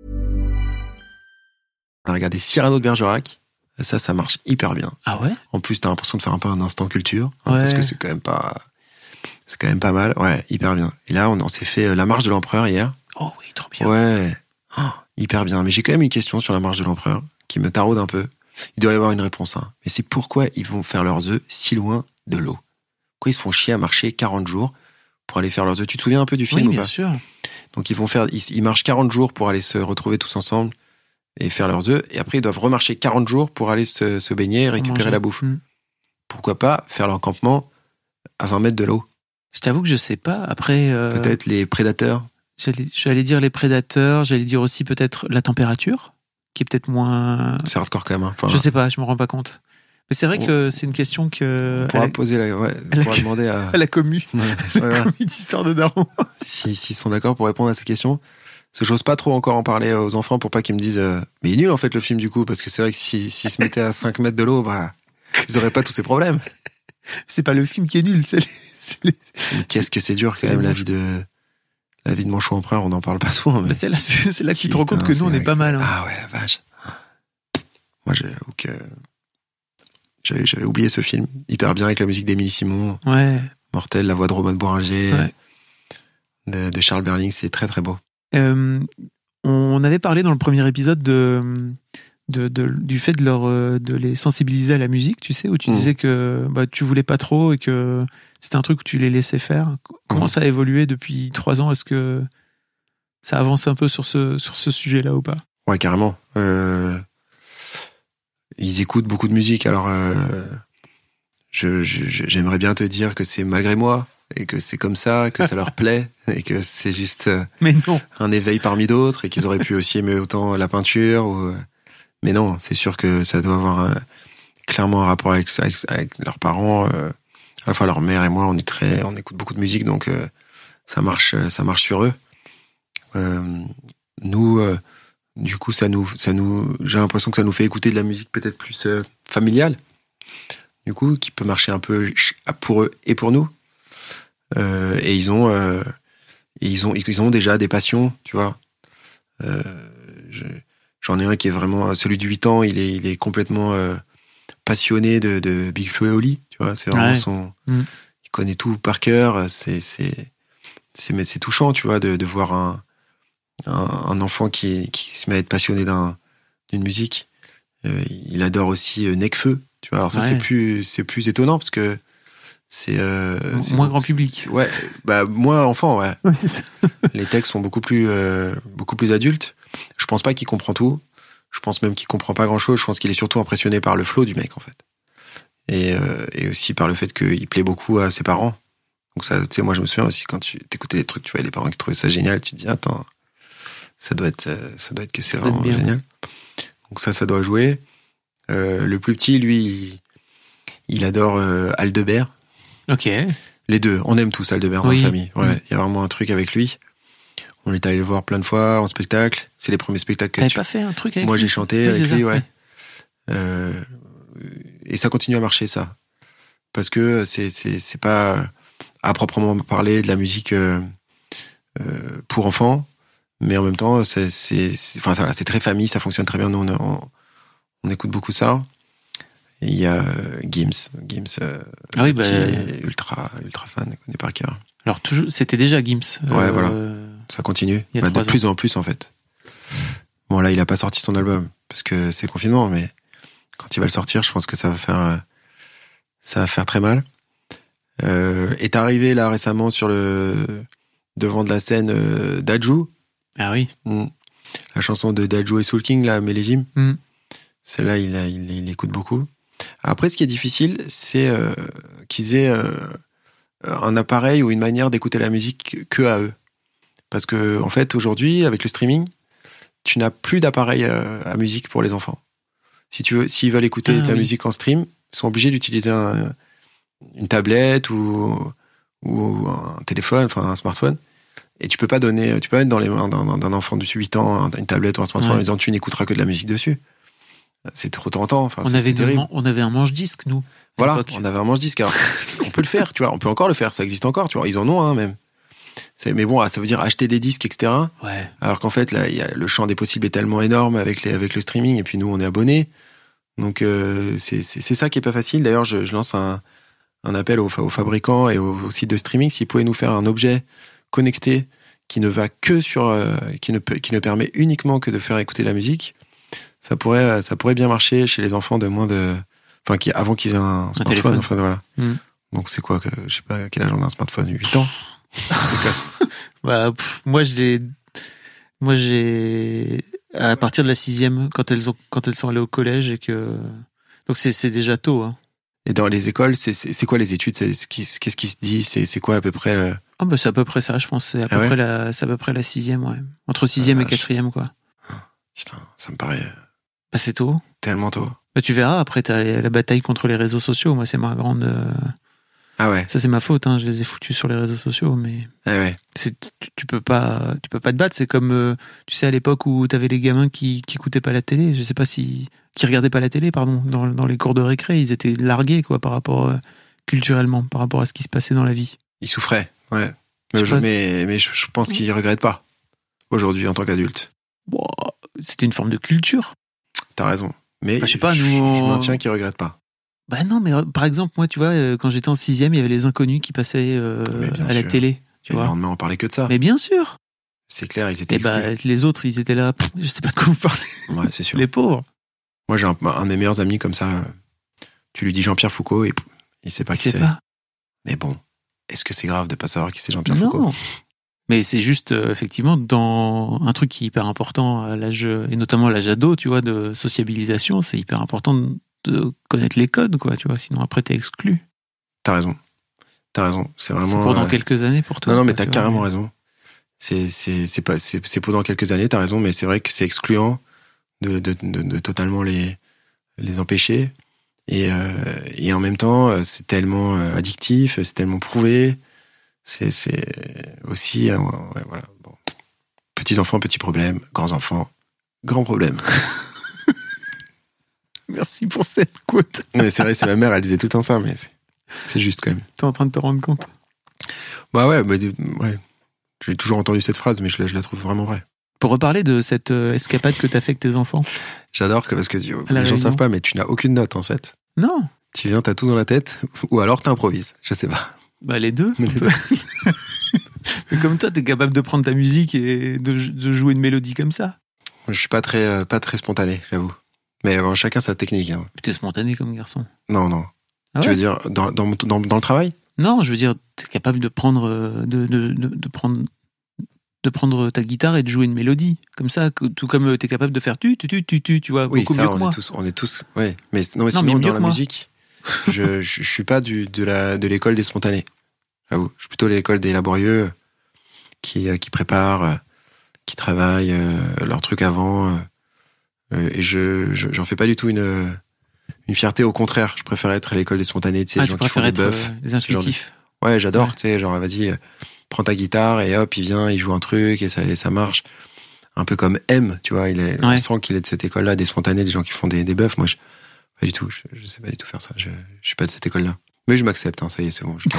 On a regardé Cyrano de Bergerac. Ça, ça marche hyper bien. Ah ouais? En plus, t'as l'impression de faire un peu un instant culture. Hein, ouais. Parce que c'est quand même pas... C'est quand même pas mal. Ouais, hyper bien. Et là, on, on s'est fait La Marche de l'Empereur hier. Oh oui, trop bien. Ouais. Oh, hyper bien. Mais j'ai quand même une question sur La Marche de l'Empereur qui me taraude un peu. Il doit y avoir une réponse. Hein. Mais c'est pourquoi ils vont faire leurs œufs si loin de l'eau? Pourquoi ils se font chier à marcher quarante jours pour aller faire leurs œufs? Tu te souviens un peu du film oui, ou bien pas? sûr. Donc ils vont faire, ils, ils marchent quarante jours pour aller se retrouver tous ensemble et faire leurs œufs. Et après, ils doivent remarcher quarante jours pour aller se, se baigner et récupérer la bouffe. Mmh. Pourquoi pas faire leur campement à vingt mètres de l'eau? Je t'avoue que je sais pas. Après, euh... peut-être les prédateurs. J'allais, j'allais dire les prédateurs. J'allais dire aussi peut-être la température, qui est peut-être moins. C'est hardcore quand même. Hein. Enfin, je sais pas, je me rends pas compte. Mais c'est vrai on... que c'est une question que. On pourra la... poser la, ouais, on pourra demander à. à la commu. Ouais, la ouais, commu d'histoire de Daron. Si, s'ils sont d'accord pour répondre à cette question. Parce que j'ose pas trop encore en parler aux enfants pour pas qu'ils me disent, euh, mais il est nul en fait le film du coup, parce que c'est vrai que si, s'ils se mettaient à cinq mètres de l'eau, bah, ils auraient pas tous ces problèmes. C'est pas le film qui est nul, c'est les, c'est les... Mais qu'est-ce que c'est dur quand c'est même la vie de, la vie de Manchot Empereur, on n'en parle pas souvent. Mais, mais c'est là, c'est, c'est là que tu te rends compte que nous on est pas mal. Hein. Ah ouais, la vache. Moi j'avoue que j'avais, j'avais oublié ce film, hyper bien avec la musique d'Émilie Simon. Ouais. Mortel, la voix de Roman Bourringer, ouais. de, de Charles Berling, c'est très très beau. Euh, on avait parlé dans le premier épisode de, de, de, du fait de, leur, de les sensibiliser à la musique, tu sais, où tu mmh. disais que bah, tu voulais pas trop et que c'était un truc où tu les laissais faire. Comment mmh. ça a évolué depuis trois ans? Est-ce que ça avance un peu sur ce, sur ce sujet-là ou pas? Ouais, carrément. Euh... ils écoutent beaucoup de musique. Alors, euh, je, je, j'aimerais bien te dire que c'est malgré moi et que c'est comme ça, que ça leur plaît et que c'est juste euh, Mais non. un éveil parmi d'autres et qu'ils auraient pu aussi aimer autant la peinture. Ou... Mais non, c'est sûr que ça doit avoir un, clairement un rapport avec, avec, avec leurs parents. Euh, à la fois leur mère et moi, on est très, on écoute beaucoup de musique, donc euh, ça marche, ça marche sur eux. Euh, nous, euh, du coup, ça nous, ça nous, j'ai l'impression que ça nous fait écouter de la musique peut-être plus euh, familiale, du coup, qui peut marcher un peu pour eux et pour nous. Euh, et ils ont, euh, et ils ont, ils ont déjà des passions, tu vois. Euh, je, j'en ai un qui est vraiment celui de huit ans. Il est, il est complètement euh, passionné de, de Big Flo et Oli, tu vois. C'est vraiment ouais. son, mmh. il connaît tout par cœur. C'est, c'est, c'est, mais c'est touchant, tu vois, de, de voir un, un, un enfant qui, qui se met à être passionné d'un, d'une musique. Euh, il adore aussi euh, Nekfeu, tu vois. Alors ça, ouais. c'est plus, c'est plus étonnant parce que c'est, euh, c'est moins grand public. Ouais, bah moins enfant, ouais. ouais c'est ça. Les textes sont beaucoup plus, euh, beaucoup plus adultes. Je pense pas qu'il comprend tout. Je pense même qu'il comprend pas grand chose. Je pense qu'il est surtout impressionné par le flow du mec, en fait. Et, euh, et aussi par le fait qu'il plaît beaucoup à ses parents. Donc ça, tu sais, moi je me souviens aussi quand tu t'écoutais des trucs, tu vois, les parents qui trouvaient ça génial, tu te dis attends, ça doit être, ça doit être que c'est ça vraiment génial. Donc ça, ça doit jouer. Euh, le plus petit, lui, il, il adore euh, Aldebert. Ok. Les deux, on aime tous Aldebert dans oui. la famille. Ouais, il mmh. y a vraiment un truc avec lui. On est allé le voir plein de fois en spectacle. C'est les premiers spectacles que T'avais tu... pas fait un truc avec Moi, lui? j'ai chanté oui, avec lui, ça, ouais. ouais. Euh, et ça continue à marcher, ça. Parce que c'est, c'est, c'est pas à proprement parler de la musique euh, euh, pour enfants, mais en même temps, c'est, c'est, c'est, enfin, ça, c'est très famille, ça fonctionne très bien. Nous, on, on, on écoute beaucoup ça. Et il y a Gims, Gims, euh, ah oui, bah... ultra, ultra fan, connaît par cœur. Alors toujours, c'était déjà Gims. Ouais, euh... voilà. Ça continue. Bah, de plus ans. en plus, en fait. Bon, là, il a pas sorti son album parce que c'est confinement, mais quand il va le sortir, je pense que ça va faire, ça va faire très mal. Euh, est arrivé là récemment sur le devant de la scène euh, Dadju. Ah oui. Mmh. La chanson de Dadju et Soul King, là, Mélégime. Mmh. Celle-là, il, a, il, il écoute beaucoup. Après, ce qui est difficile, c'est euh, qu'ils aient euh, un appareil ou une manière d'écouter la musique que à eux. Parce que, en fait, aujourd'hui, avec le streaming, tu n'as plus d'appareil à, à musique pour les enfants. Si tu veux, s'ils veulent écouter ah, de la oui. musique en stream, ils sont obligés d'utiliser un, une tablette ou, ou un téléphone, enfin un smartphone. Et tu peux pas donner, tu peux mettre dans les mains d'un, d'un enfant de huit ans une tablette ou un smartphone ouais. en disant tu n'écouteras que de la musique dessus. C'est trop tentant. Enfin, on, c'est, avait c'est terrible. Man- on avait un manche-disque, nous. Voilà, l'époque. On avait un manche-disque. Alors, on peut le faire, tu vois. On peut encore le faire, ça existe encore, tu vois. Ils en ont un, même. C'est, mais bon, ça veut dire acheter des disques, et cetera. Ouais. Alors qu'en fait, là, y a, le champ des possibles est tellement énorme avec, les, avec le streaming, et puis nous, on est abonnés. Donc, euh, c'est, c'est, c'est ça qui est pas facile. D'ailleurs, je, je lance un, un appel aux, aux fabricants et aux, aux sites de streaming s'ils pouvaient nous faire un objet connecté qui ne va que sur, euh, qui ne peut, qui ne permet uniquement que de faire écouter la musique. Ça pourrait, ça pourrait bien marcher chez les enfants de moins de, enfin, qui, avant qu'ils aient un, un smartphone. Enfin, voilà. Mm. Donc, c'est quoi que, je sais pas, à quel âge on a un smartphone? huit ans? Bah, pff, moi, j'ai, moi, j'ai, à partir de la sixième, quand elles ont, quand elles sont allées au collège et que, donc c'est, c'est déjà tôt, hein. Et dans les écoles, c'est, c'est, c'est quoi les études? C'est, c'est, qu'est-ce qui se dit? C'est, c'est quoi à peu près? Euh... Ah, bah, c'est à peu près ça, je pense. C'est à, ah peu, ouais près la, c'est à peu près la sixième, ouais. Entre sixième ah, et quatrième, quoi. Putain, ça me paraît. Bah, c'est tôt. Tellement tôt. Bah, tu verras, après, t'as la bataille contre les réseaux sociaux. Moi, c'est ma grande. Euh... Ah ouais. Ça, c'est ma faute, hein. Je les ai foutus sur les réseaux sociaux, mais. Ah ouais. C'est, tu, tu peux pas, tu peux pas te battre. C'est comme, euh, tu sais, à l'époque où t'avais les gamins qui, qui écoutaient pas la télé. Je sais pas si, qui regardaient pas la télé, pardon, dans, dans les cours de récré. Ils étaient largués, quoi, par rapport, euh, culturellement, par rapport à ce qui se passait dans la vie. Ils souffraient, ouais. Mais, je, mais, mais je, je pense qu'ils regrettent pas. Aujourd'hui, en tant qu'adultes. Bon, c'était une forme de culture. T'as raison. Mais enfin, je sais pas, je, nous, on... je maintiens qu'ils regrettent pas. Bah non, mais par exemple, moi, tu vois, quand j'étais en sixième, il y avait les Inconnus qui passaient euh, à la sûr. télé. Tu et vois. Le lendemain, on parlait que de ça. Mais bien sûr. C'est clair, ils étaient et bah, les autres, ils étaient là, pff, je sais pas de quoi vous parlez. Ouais, c'est sûr. Les pauvres. Moi, j'ai un, un de mes meilleurs amis comme ça. Tu lui dis Jean-Pierre Foucault et pff, il sait pas il qui sait c'est. Pas. Mais bon, est-ce que c'est grave de pas savoir qui c'est Jean-Pierre non. Foucault? Mais c'est juste, euh, effectivement, dans un truc qui est hyper important à l'âge, et notamment à l'âge ado, tu vois, de sociabilisation, c'est hyper important de, de connaître les codes, quoi, tu vois, sinon après t'es exclu. T'as raison. T'as raison. C'est vraiment. C'est pour dans euh... quelques années pour toi. Non, non, mais quoi, t'as carrément vois, mais... raison. C'est, c'est, c'est pas, c'est, c'est pour dans quelques années, t'as raison, mais c'est vrai que c'est excluant de, de, de, de totalement les, les empêcher. Et, euh, et en même temps, c'est tellement addictif, c'est tellement prouvé. C'est, c'est aussi, euh, ouais, voilà. Bon. Petits enfants, petits problèmes. Grands enfants, grands problèmes. Merci pour cette quote. Mais c'est vrai, c'est ma mère, elle disait tout le temps ça, mais c'est, c'est juste quand même. T'es en train de te rendre compte? Bah ouais, bah, ouais. J'ai toujours entendu cette phrase, mais je la, je la trouve vraiment vraie. Pour reparler de cette euh, escapade que t'as fait avec tes enfants. J'adore que, parce que les gens savent pas, mais tu n'as aucune note en fait. Non. Tu viens, t'as tout dans la tête, ou alors t'improvises, je sais pas. Bah les deux. Mais les deux. Mais comme toi, t'es capable de prendre ta musique et de, de jouer une mélodie comme ça. Je suis pas très, euh, pas très spontané, j'avoue. Mais bon, chacun sa technique. Hein. T'es spontané comme garçon. Non, non. Ah tu ouais veux dire dans, dans, dans, dans le travail? Non, je veux dire, t'es capable de prendre, de, de, de, de prendre, de prendre ta guitare et de jouer une mélodie comme ça, tout comme t'es capable de faire tu, tu, tu, tu, tu, tu vois, oui, beaucoup ça, mieux que on moi. est tous, on est tous, ouais. Mais non, mais non, sinon mais dans la moi. musique, je, je, je suis pas du, de la, de l'école des spontanés. J'avoue, je suis plutôt l'école des laborieux qui, qui préparent, qui travaillent euh, leur truc avant. Euh, et je, je, j'en fais pas du tout une, une fierté. Au contraire, je préfère être à l'école des spontanés, tu sais, Ah, les gens qui font des être, buffs, euh, les intuitifs. De... Ouais, j'adore, ouais. tu sais, genre vas-y, euh, prends ta guitare et hop, il vient, il joue un truc et ça, et ça marche. Un peu comme M, tu vois, il est, ouais. On sent qu'il est de cette école-là, des spontanés, des gens qui font des, des buffs. Moi, je, pas du tout, je, je sais pas du tout faire ça. Je, je suis pas de cette école-là. Mais je m'accepte, hein, ça y est, c'est bon, je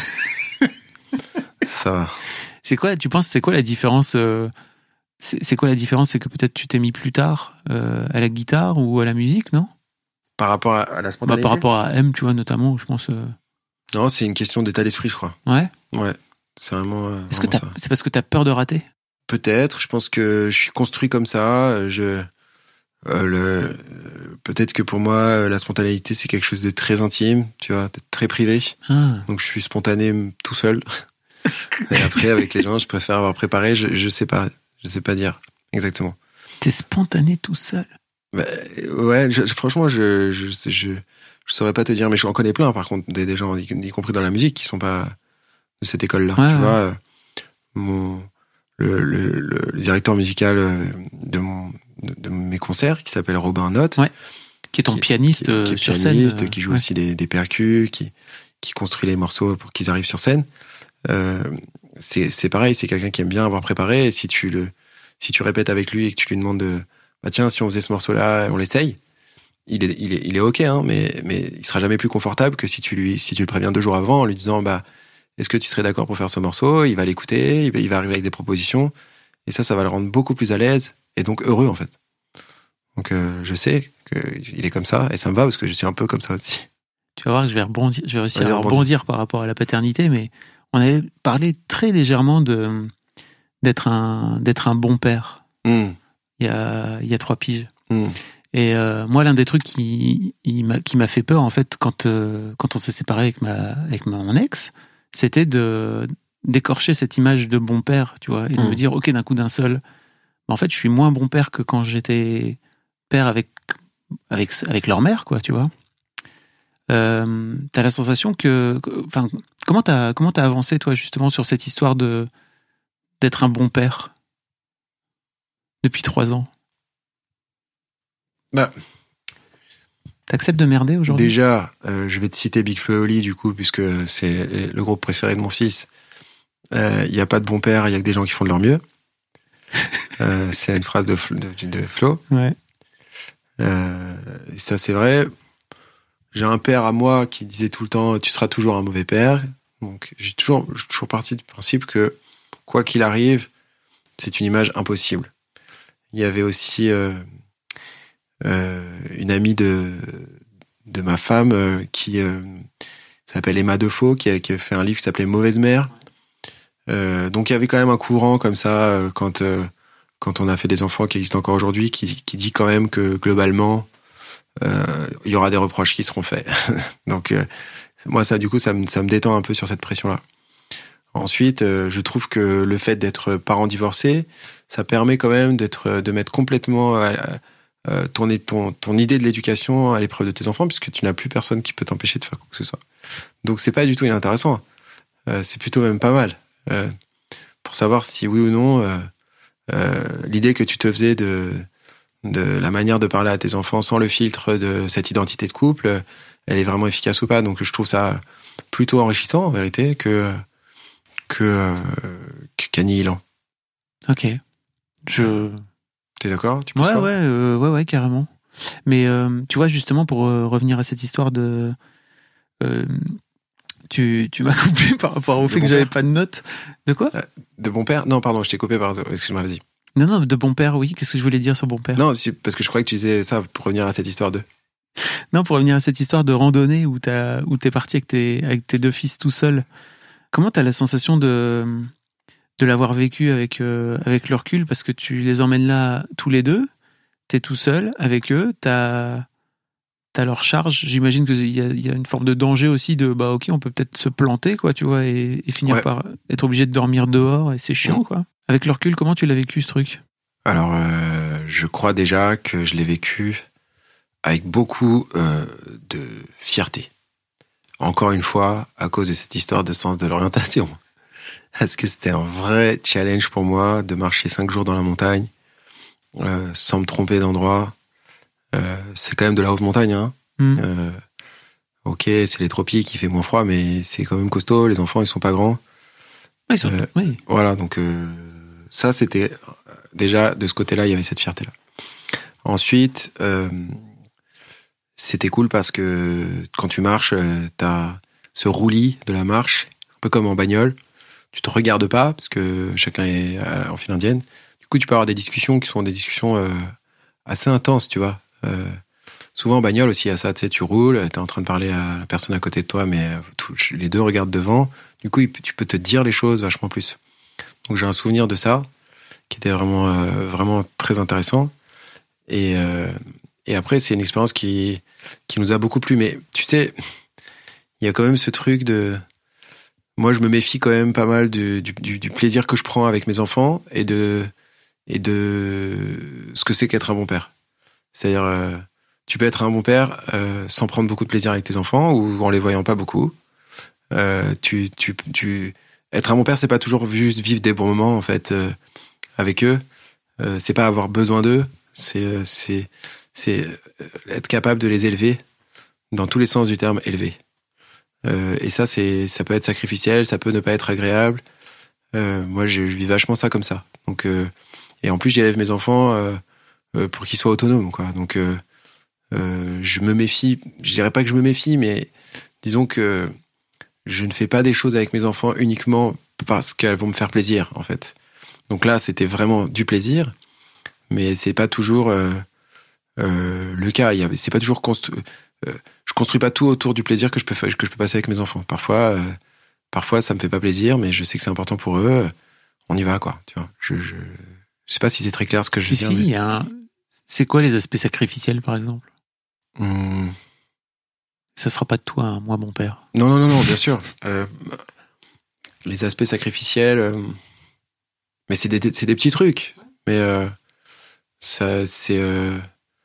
ça va. C'est quoi, tu penses, c'est quoi la différence euh, c'est, c'est quoi la différence? C'est que peut-être tu t'es mis plus tard euh, à la guitare ou à la musique, non? Par rapport à, à la spontanéité? Bah, par rapport à M, tu vois, notamment, je pense. Euh... Non, c'est une question d'état d'esprit, je crois. Ouais. Ouais, c'est vraiment. Euh, Est-ce vraiment que t'as, ça. c'est parce que t'as peur de rater? Peut-être. Je pense que je suis construit comme ça. Je, euh, le, peut-être que pour moi, la spontanéité, c'est quelque chose de très intime, tu vois, de très privé. Ah. Donc je suis spontané tout seul. Et après, avec les gens, je préfère avoir préparé. Je, je sais pas, je sais pas dire exactement. T'es spontané tout seul? Bah, ouais, je, franchement, je, je, je, je, je saurais pas te dire, mais je en connais plein, par contre, des, des gens, y, y compris dans la musique, qui sont pas de cette école-là. Ouais, tu ouais. vois, mon, le, le, le directeur musical de mon, de, de mes concerts, qui s'appelle Robin Note. Ouais. Qui est ton qui, pianiste qui, qui est sur pianiste, scène. Qui joue ouais. aussi des, des percus, qui, qui construit les morceaux pour qu'ils arrivent sur scène. Euh, c'est, c'est pareil, c'est quelqu'un qui aime bien avoir préparé. Et si tu le, si tu répètes avec lui et que tu lui demandes de, bah tiens, si on faisait ce morceau-là, on l'essaye. Il est, il est, il est ok, hein, mais, mais il sera jamais plus confortable que si tu lui, si tu le préviens deux jours avant en lui disant, bah, est-ce que tu serais d'accord pour faire ce morceau? Il va l'écouter, il va, il va arriver avec des propositions. Et ça, ça va le rendre beaucoup plus à l'aise et donc heureux, en fait. Donc, euh, je sais qu'il est comme ça et ça me va parce que je suis un peu comme ça aussi. Tu vas voir que je vais rebondir, je vais réussir Vas-y, à rebondis. rebondir par rapport à la paternité, mais on avait parlé très légèrement de, d'être un, d'être un bon père. Mmh. Il y a, il y a trois piges. Mmh. Et euh, moi, l'un des trucs qui, il m'a, qui m'a fait peur, en fait, quand, euh, quand on s'est séparé avec, ma, avec ma, mon ex, c'était de d'écorcher cette image de bon père, tu vois, et de mmh. me dire, ok, d'un coup d'un seul, en fait, je suis moins bon père que quand j'étais père avec, avec, avec leur mère, quoi, tu vois. Euh, t'as la sensation que, enfin, comment t'as, comment t'as avancé, toi, justement, sur cette histoire de d'être un bon père depuis trois ans? Bah, t'acceptes de merder aujourd'hui? Déjà, euh, je vais te citer Big Flo et Oli, du coup, puisque c'est le groupe préféré de mon fils. Il euh, n'y a pas de bon père, il y a que des gens qui font de leur mieux. euh, c'est une phrase de, de, de Flo. Ouais. Euh, ça, c'est vrai. J'ai un père à moi qui disait tout le temps, tu seras toujours un mauvais père. Donc, j'ai toujours, j'ai toujours parti du principe que, quoi qu'il arrive, c'est une image impossible. Il y avait aussi euh, euh, une amie de, de ma femme euh, qui euh, s'appelle Emma Defoe, qui a, qui a fait un livre qui s'appelait Mauvaise mère. Euh, donc, il y avait quand même un courant comme ça, euh, quand, euh, quand on a fait des enfants qui existent encore aujourd'hui, qui, qui dit quand même que, globalement, euh, il y aura des reproches qui seront faits. Donc, euh, moi, ça, du coup, ça me, ça me détend un peu sur cette pression-là. Ensuite, euh, je trouve que le fait d'être parent divorcé, ça permet quand même d'être, de mettre complètement euh, euh, ton, ton, ton idée de l'éducation à l'épreuve de tes enfants, puisque tu n'as plus personne qui peut t'empêcher de faire quoi que ce soit. Donc c'est pas du tout inintéressant. Euh, c'est plutôt même pas mal. Euh, pour savoir si oui ou non, euh, euh, l'idée que tu te faisais de, de la manière de parler à tes enfants sans le filtre de cette identité de couple, elle est vraiment efficace ou pas. Donc je trouve ça plutôt enrichissant en vérité que que euh, qu'annihilant. Ok. Je. T'es d'accord? Tu ouais, ouais, euh, ouais, ouais, carrément. Mais euh, tu vois, justement, pour euh, revenir à cette histoire de, euh, tu, tu m'as coupé par rapport au de fait bon que j'avais père. pas de notes. De quoi? De bon père? Non, pardon, je t'ai coupé par. Excuse-moi, vas-y. Non, non, de bon père, oui. Qu'est-ce que je voulais dire sur bon père? Non, parce que je croyais que tu disais ça pour revenir à cette histoire de. Non, pour revenir à cette histoire de randonnée où t'as, où t'es parti avec tes, avec tes deux fils tout seul. Comment t'as la sensation de, de l'avoir vécu avec, euh, avec le recul, parce que tu les emmènes là tous les deux, t'es tout seul avec eux, t'as, t'as leur charge. J'imagine qu'il y a, il y a une forme de danger aussi de, bah ok, on peut peut-être se planter, quoi, tu vois, et, et finir ouais. par être obligé de dormir dehors, et c'est chiant, quoi. Avec le recul, comment tu l'as vécu, ce truc? Alors, euh, je crois déjà que je l'ai vécu avec beaucoup euh, de fierté. Encore une fois, à cause de cette histoire de sens de l'orientation. Parce que c'était un vrai challenge pour moi de marcher cinq jours dans la montagne, euh, sans me tromper d'endroit. Euh, c'est quand même de la haute montagne, hein. Mmh. Euh, ok, c'est les tropiques, il fait moins froid, mais c'est quand même costaud. Les enfants, ils sont pas grands. Oui, ils sont... Euh, oui. Voilà, donc euh, ça, c'était déjà de ce côté-là, il y avait cette fierté-là. Ensuite, euh, c'était cool parce que quand tu marches, euh, t'as ce roulis de la marche, un peu comme en bagnole. Tu te regardes pas parce que chacun est en file indienne. Du coup, tu peux avoir des discussions qui sont des discussions euh, assez intenses, tu vois. Euh, souvent en bagnole aussi, il y a ça, tu sais, tu roules, t'es en train de parler à la personne à côté de toi, mais tout, les deux regardent devant. Du coup, tu peux te dire les choses vachement plus. Donc j'ai un souvenir de ça qui était vraiment, euh, vraiment très intéressant. Et, euh, et après, c'est une expérience qui, qui nous a beaucoup plu. Mais tu sais, il y a quand même ce truc de... Moi, je me méfie quand même pas mal du, du, du plaisir que je prends avec mes enfants et de, et de ce que c'est qu'être un bon père. C'est-à-dire, euh, tu peux être un bon père euh, sans prendre beaucoup de plaisir avec tes enfants ou en les voyant pas beaucoup. Euh, tu, tu, tu... Être un bon père, c'est pas toujours juste vivre des bons moments en fait euh, avec eux. Euh, c'est pas avoir besoin d'eux. C'est, c'est, c'est être capable de les élever dans tous les sens du terme élever. Euh, et ça, c'est, ça peut être sacrificiel, ça peut ne pas être agréable. Euh, moi, je, je vis vachement ça comme ça. Donc, euh, et en plus, j'élève mes enfants euh, euh, pour qu'ils soient autonomes, quoi. Donc, euh, euh, je me méfie. Je dirais pas que je me méfie, mais disons que je ne fais pas des choses avec mes enfants uniquement parce qu'elles vont me faire plaisir, en fait. Donc là, c'était vraiment du plaisir, mais c'est pas toujours euh, euh, le cas. Il y a, c'est pas toujours construit. Euh, je construis pas tout autour du plaisir que je peux faire, que je peux passer avec mes enfants. Parfois, euh, parfois ça me fait pas plaisir, mais je sais que c'est important pour eux. On y va, quoi. Tu vois. Je, je, je sais pas si c'est très clair ce que je si, veux dire. Si, mais... y a un... C'est quoi les aspects sacrificiels, par exemple? Hum... Ça fera pas de toi, hein, moi, mon père. Non, non, non, non, bien sûr. Euh, les aspects sacrificiels, euh... mais c'est des, c'est des petits trucs. Mais euh, ça, c'est, euh...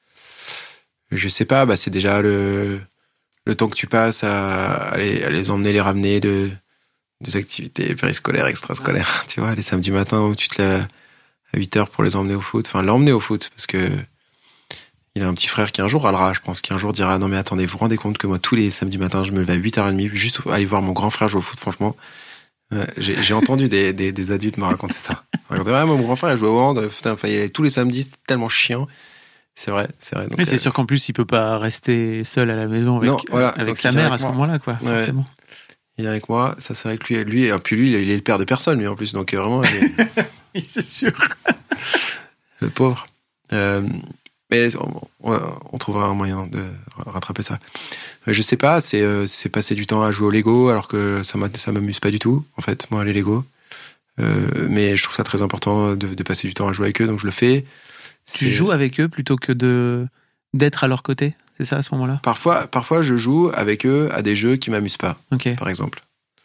je sais pas. Bah, c'est déjà le le temps que tu passes à, à, les, à les emmener, les ramener de des activités périscolaires, extrascolaires. Tu vois, les samedis matins où tu te lèves à huit heures pour les emmener au foot. Enfin, l'emmener au foot, parce que il a un petit frère qui un jour râlera, je pense, qui un jour dira « Non mais attendez, vous vous rendez compte que moi, tous les samedis matins, je me lève à huit heures trente, juste pour aller voir mon grand frère jouer au foot, franchement. Euh, » j'ai, j'ai entendu des, des, des adultes me raconter ça. Raconter, ah, moi, mon grand frère, il jouait au hand, putain, il allait tous les samedis, c'était tellement chiant. C'est vrai, c'est vrai. Donc, oui, c'est euh... sûr qu'en plus, il peut pas rester seul à la maison avec, non, voilà. avec donc, sa mère avec à ce moi. moment-là, quoi, ouais. forcément. Il est avec moi, ça c'est avec lui. lui et puis lui, il est le père de personne, lui, en plus. Donc, vraiment, oui, c'est sûr. Le pauvre. Euh, mais on, on trouvera un moyen de rattraper ça. Je sais pas, c'est, c'est passer du temps à jouer au Lego, alors que ça, ça m'amuse pas du tout, en fait, moi, les Lego. Euh, mais je trouve ça très important de, de passer du temps à jouer avec eux, donc je le fais. Tu c'est... joues avec eux plutôt que de, d'être à leur côté, c'est ça, à ce moment-là? Parfois, parfois, je joue avec eux à des jeux qui m'amusent pas, okay. par exemple.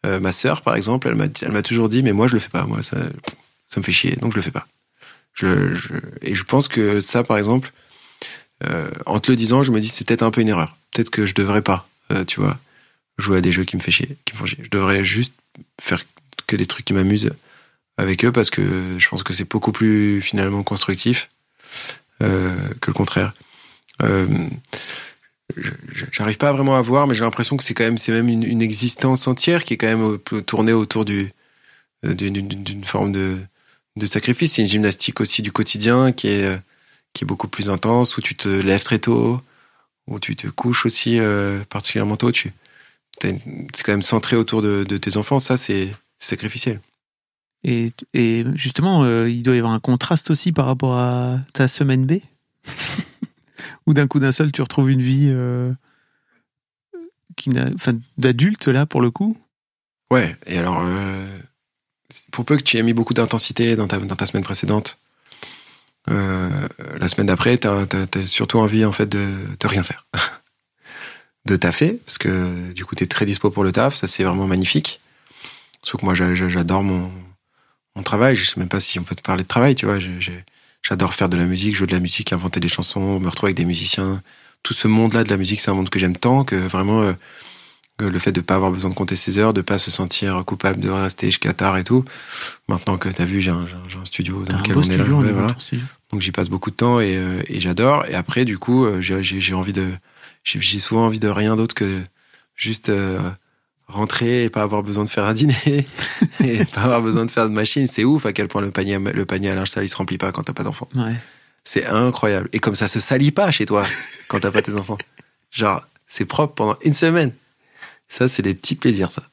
Euh, ma sœur, par exemple, elle m'a, elle m'a toujours dit, mais moi, je le fais pas. Moi, ça, ça me fait chier, donc je le fais pas. Je, je, et je pense que ça, par exemple, euh, en te le disant, je me dis, c'est peut-être un peu une erreur. Peut-être que je devrais pas, euh, tu vois, jouer à des jeux qui me fait chier, qui me font chier. Je devrais juste faire que des trucs qui m'amusent avec eux, parce que je pense que c'est beaucoup plus, finalement, constructif euh, que le contraire. Euh, J'arrive pas vraiment à voir, mais j'ai l'impression que c'est quand même, c'est même une, une existence entière qui est quand même tournée autour du, d'une, d'une forme de, de sacrifice. C'est une gymnastique aussi du quotidien qui est, qui est beaucoup plus intense, où tu te lèves très tôt, où tu te couches aussi euh, particulièrement tôt. Tu, c'est quand même centré autour de, de tes enfants. Ça, c'est, c'est sacrificiel. Et, et justement, euh, il doit y avoir un contraste aussi par rapport à ta semaine B. Ou d'un coup d'un seul, tu retrouves une vie euh, qui n'a, enfin, d'adulte, là, pour le coup. Ouais, et alors, euh, pour peu que tu aies mis beaucoup d'intensité dans ta, dans ta semaine précédente, euh, la semaine d'après, t'as, t'as, t'as surtout envie, en fait, de, de rien faire. De taffer, parce que du coup, t'es très dispo pour le taf, ça, c'est vraiment magnifique. Sauf que moi, j'adore mon, mon travail, je sais même pas si on peut te parler de travail, tu vois, j'ai... j'ai J'adore faire de la musique, jouer de la musique, inventer des chansons, me retrouver avec des musiciens. Tout ce monde-là de la musique, c'est un monde que j'aime tant que vraiment euh, le fait de pas avoir besoin de compter ses heures, de pas se sentir coupable de rester jusqu'à tard et tout. Maintenant que t'as vu, j'ai un, j'ai un studio dans lequel on est là. Ouais, voilà. Donc j'y passe beaucoup de temps et, euh, et j'adore. Et après, du coup, j'ai, j'ai, j'ai envie de, j'ai, j'ai souvent envie de rien d'autre que juste euh, rentrer et pas avoir besoin de faire un dîner et pas avoir besoin de faire de machine. C'est ouf à quel point le panier, le panier à linge sale, il se remplit pas quand t'as pas d'enfants. Ouais. C'est incroyable. Et comme ça se salit pas chez toi quand t'as pas tes enfants. Genre, c'est propre pendant une semaine. Ça, c'est des petits plaisirs, ça.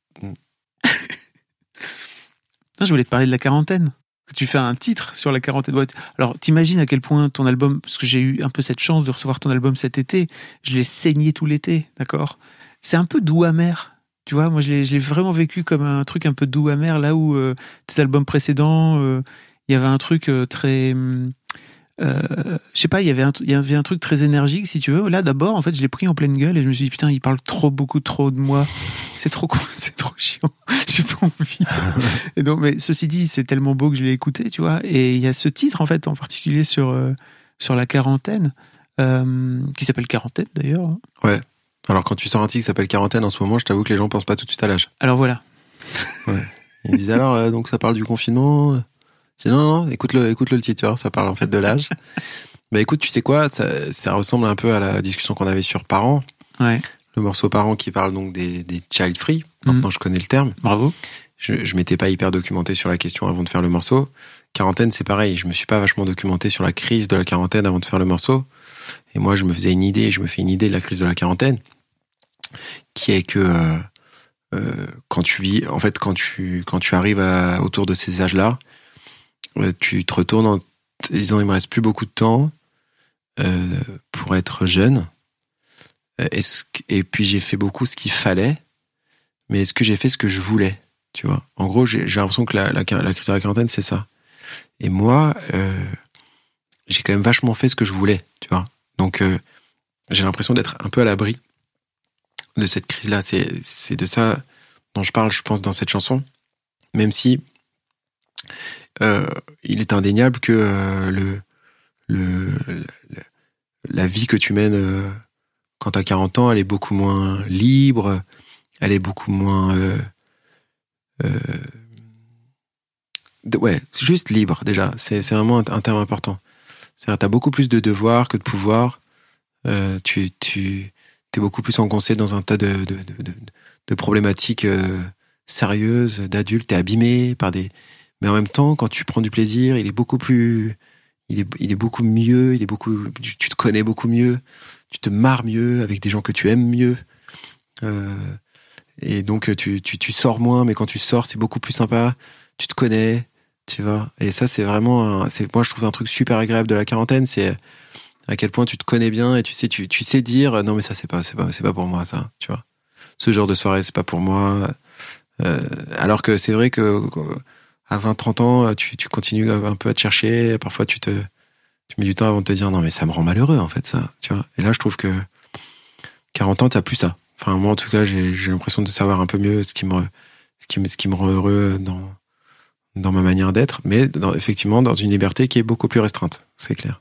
Je voulais te parler de la quarantaine. Tu fais un titre sur la quarantaine. Alors, t'imagines à quel point ton album, parce que j'ai eu un peu cette chance de recevoir ton album cet été, je l'ai saigné tout l'été, d'accord ? C'est un peu doux amer. Tu vois, moi, je l'ai, je l'ai vraiment vécu comme un truc un peu doux amer, là où euh, tes albums précédents, il euh, y avait un truc euh, très... Euh, je sais pas, il y avait un, il y avait un truc très énergique, si tu veux. Là, d'abord, en fait, je l'ai pris en pleine gueule et je me suis dit, putain, il parle trop, beaucoup trop de moi. C'est trop con, c'est trop chiant. J'ai pas envie. Et donc, mais ceci dit, c'est tellement beau que je l'ai écouté, tu vois. Et il y a ce titre, en fait, en particulier sur, euh, sur la quarantaine, euh, qui s'appelle Quarantaine, d'ailleurs. Ouais. Alors, quand tu sors un titre qui s'appelle Quarantaine, en ce moment, je t'avoue que les gens pensent pas tout de suite à l'âge. Alors, voilà. Ouais. Ils me disent, alors, euh, donc, ça parle du confinement. Je dis, non, non, écoute-le, écoute-le le titre, tu vois, ça parle en fait de l'âge. Bah, écoute, tu sais quoi, ça, ça ressemble un peu à la discussion qu'on avait sur Parents. Ouais. Le morceau Parents qui parle donc des, des child free. Maintenant, mmh. je connais le terme. Bravo. Je, je m'étais pas hyper documenté sur la question avant de faire le morceau. Quarantaine, c'est pareil. Je me suis pas vachement documenté sur la crise de la quarantaine avant de faire le morceau. Et moi, je me faisais une idée, je me fais une idée de la crise de la quarantaine, qui est que euh, euh, quand tu vis, en fait, quand tu quand tu arrives à, autour de ces âges-là, euh, tu te retournes en te disant il me reste plus beaucoup de temps euh, pour être jeune. Est-ce que, et puis j'ai fait beaucoup ce qu'il fallait, mais est-ce que j'ai fait ce que je voulais, tu vois? En gros, j'ai, j'ai l'impression que la, la, la crise de la quarantaine, c'est ça. Et moi, euh, j'ai quand même vachement fait ce que je voulais, tu vois. Donc, euh, j'ai l'impression d'être un peu à l'abri de cette crise-là. C'est, c'est de ça dont je parle, je pense, dans cette chanson. Même si euh, il est indéniable que euh, le, le, le, la vie que tu mènes euh, quand t'as quarante ans, elle est beaucoup moins libre, elle est beaucoup moins... Euh, euh, de, ouais, juste libre, déjà. C'est, c'est vraiment un, un terme important. C'est-à-dire, t'as beaucoup plus de devoirs que de pouvoirs. Euh, tu, tu t'es beaucoup plus engoncé dans un tas de, de, de, de, de problématiques euh, sérieuses, d'adultes. T'es abîmé par des... Mais en même temps, quand tu prends du plaisir, il est beaucoup plus... Il est, il est beaucoup mieux, il est beaucoup... Tu, tu te connais beaucoup mieux, tu te marres mieux avec des gens que tu aimes mieux. Euh, et donc, tu, tu, tu sors moins, mais quand tu sors, c'est beaucoup plus sympa. Tu te connais, tu vois. Et ça, c'est vraiment... Un, c'est, moi, je trouve un truc super agréable de la quarantaine, c'est à quel point tu te connais bien et tu sais, tu, tu sais dire non, mais ça, c'est pas, c'est pas, c'est pas pour moi, ça, tu vois. Ce genre de soirée, c'est pas pour moi. Euh, alors que c'est vrai que... à vingt trente ans, tu, tu continues un peu à te chercher. Parfois, tu te, tu mets du temps avant de te dire non, mais ça me rend malheureux, en fait, ça, tu vois. Et là, je trouve que quarante ans, t'as plus ça. Enfin, moi, en tout cas, j'ai, j'ai l'impression de savoir un peu mieux ce qui me, ce qui me, ce qui me rend heureux dans, dans ma manière d'être, mais dans, effectivement, dans une liberté qui est beaucoup plus restreinte. C'est clair.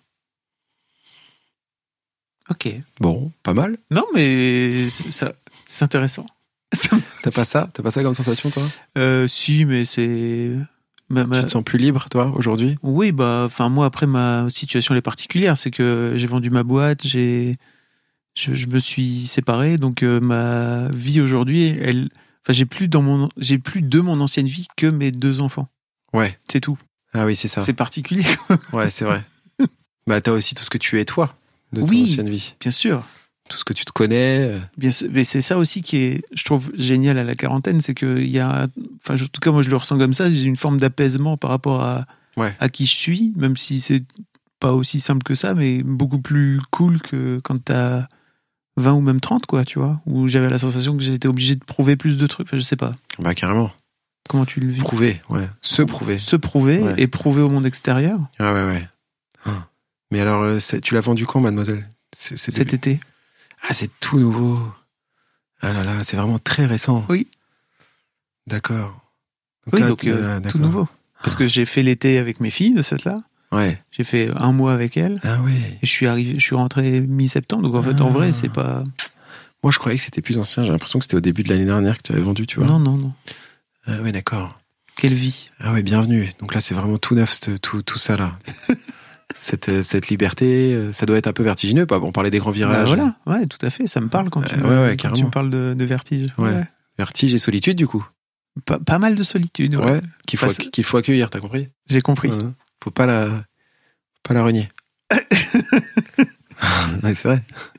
Ok. Bon, pas mal. Non, mais c'est, ça, c'est intéressant. T'as pas ça? T'as pas ça comme sensation, toi? Euh, si, mais c'est... Ma, ma... Tu te sens plus libre, toi, aujourd'hui? Oui, bah, enfin, moi, après, ma situation, elle est particulière. C'est que j'ai vendu ma boîte, j'ai, je, je me suis séparé, donc euh, ma vie aujourd'hui, elle, enfin, j'ai plus dans mon, j'ai plus de mon ancienne vie que mes deux enfants. Ouais. C'est tout. Ah oui, c'est ça. C'est particulier. Ouais, c'est vrai. Bah, t'as aussi tout ce que tu es, toi, de ton oui, ancienne vie. Bien sûr. Tout ce que tu te connais. Bien sûr, mais c'est ça aussi qui est, je trouve, génial à la quarantaine, c'est qu'il y a, enfin, en tout cas, moi, je le ressens comme ça, j'ai une forme d'apaisement par rapport à, ouais. à qui je suis, même si c'est pas aussi simple que ça, mais beaucoup plus cool que quand t'as vingt ou même trente, quoi, tu vois, où j'avais la sensation que j'étais obligé de prouver plus de trucs, enfin, je sais pas. Bah, carrément. Comment tu le vis? Prouver, ouais. Se prouver. Se prouver ouais. et prouver au monde extérieur. Ah ouais, ouais. Ah. Mais alors, tu l'as vendu quand, mademoiselle? c'est, c'est Cet été. Ah, c'est tout nouveau. Ah là là, c'est vraiment très récent. Oui. D'accord. Donc oui, là, donc euh, d'accord. tout nouveau. Parce que j'ai fait l'été avec mes filles de cette là. Ouais. J'ai fait un mois avec elles. Ah ouais. Et je suis arrivé, je suis rentré mi-septembre. Donc en fait, ah. en vrai, c'est pas. Moi, je croyais que c'était plus ancien. J'ai l'impression que c'était au début de l'année dernière que tu avais vendu, tu vois. Non, non, non. Ah ouais, d'accord. Quelle vie. Ah ouais, bienvenue. Donc là, c'est vraiment tout neuf, tout, tout ça là. Cette, cette liberté, ça doit être un peu vertigineux, pas? On parlait des grands virages. Bah voilà, ouais, tout à fait, ça me parle quand, tu, euh, me, ouais, ouais, quand tu me parles de, de vertige. Ouais. ouais. Vertige et solitude, du coup. Pas, pas mal de solitude, ouais. ouais qu'il, faut, qu'il faut accueillir, t'as compris? J'ai compris. Ouais, faut pas la, pas la renier. ouais, c'est vrai.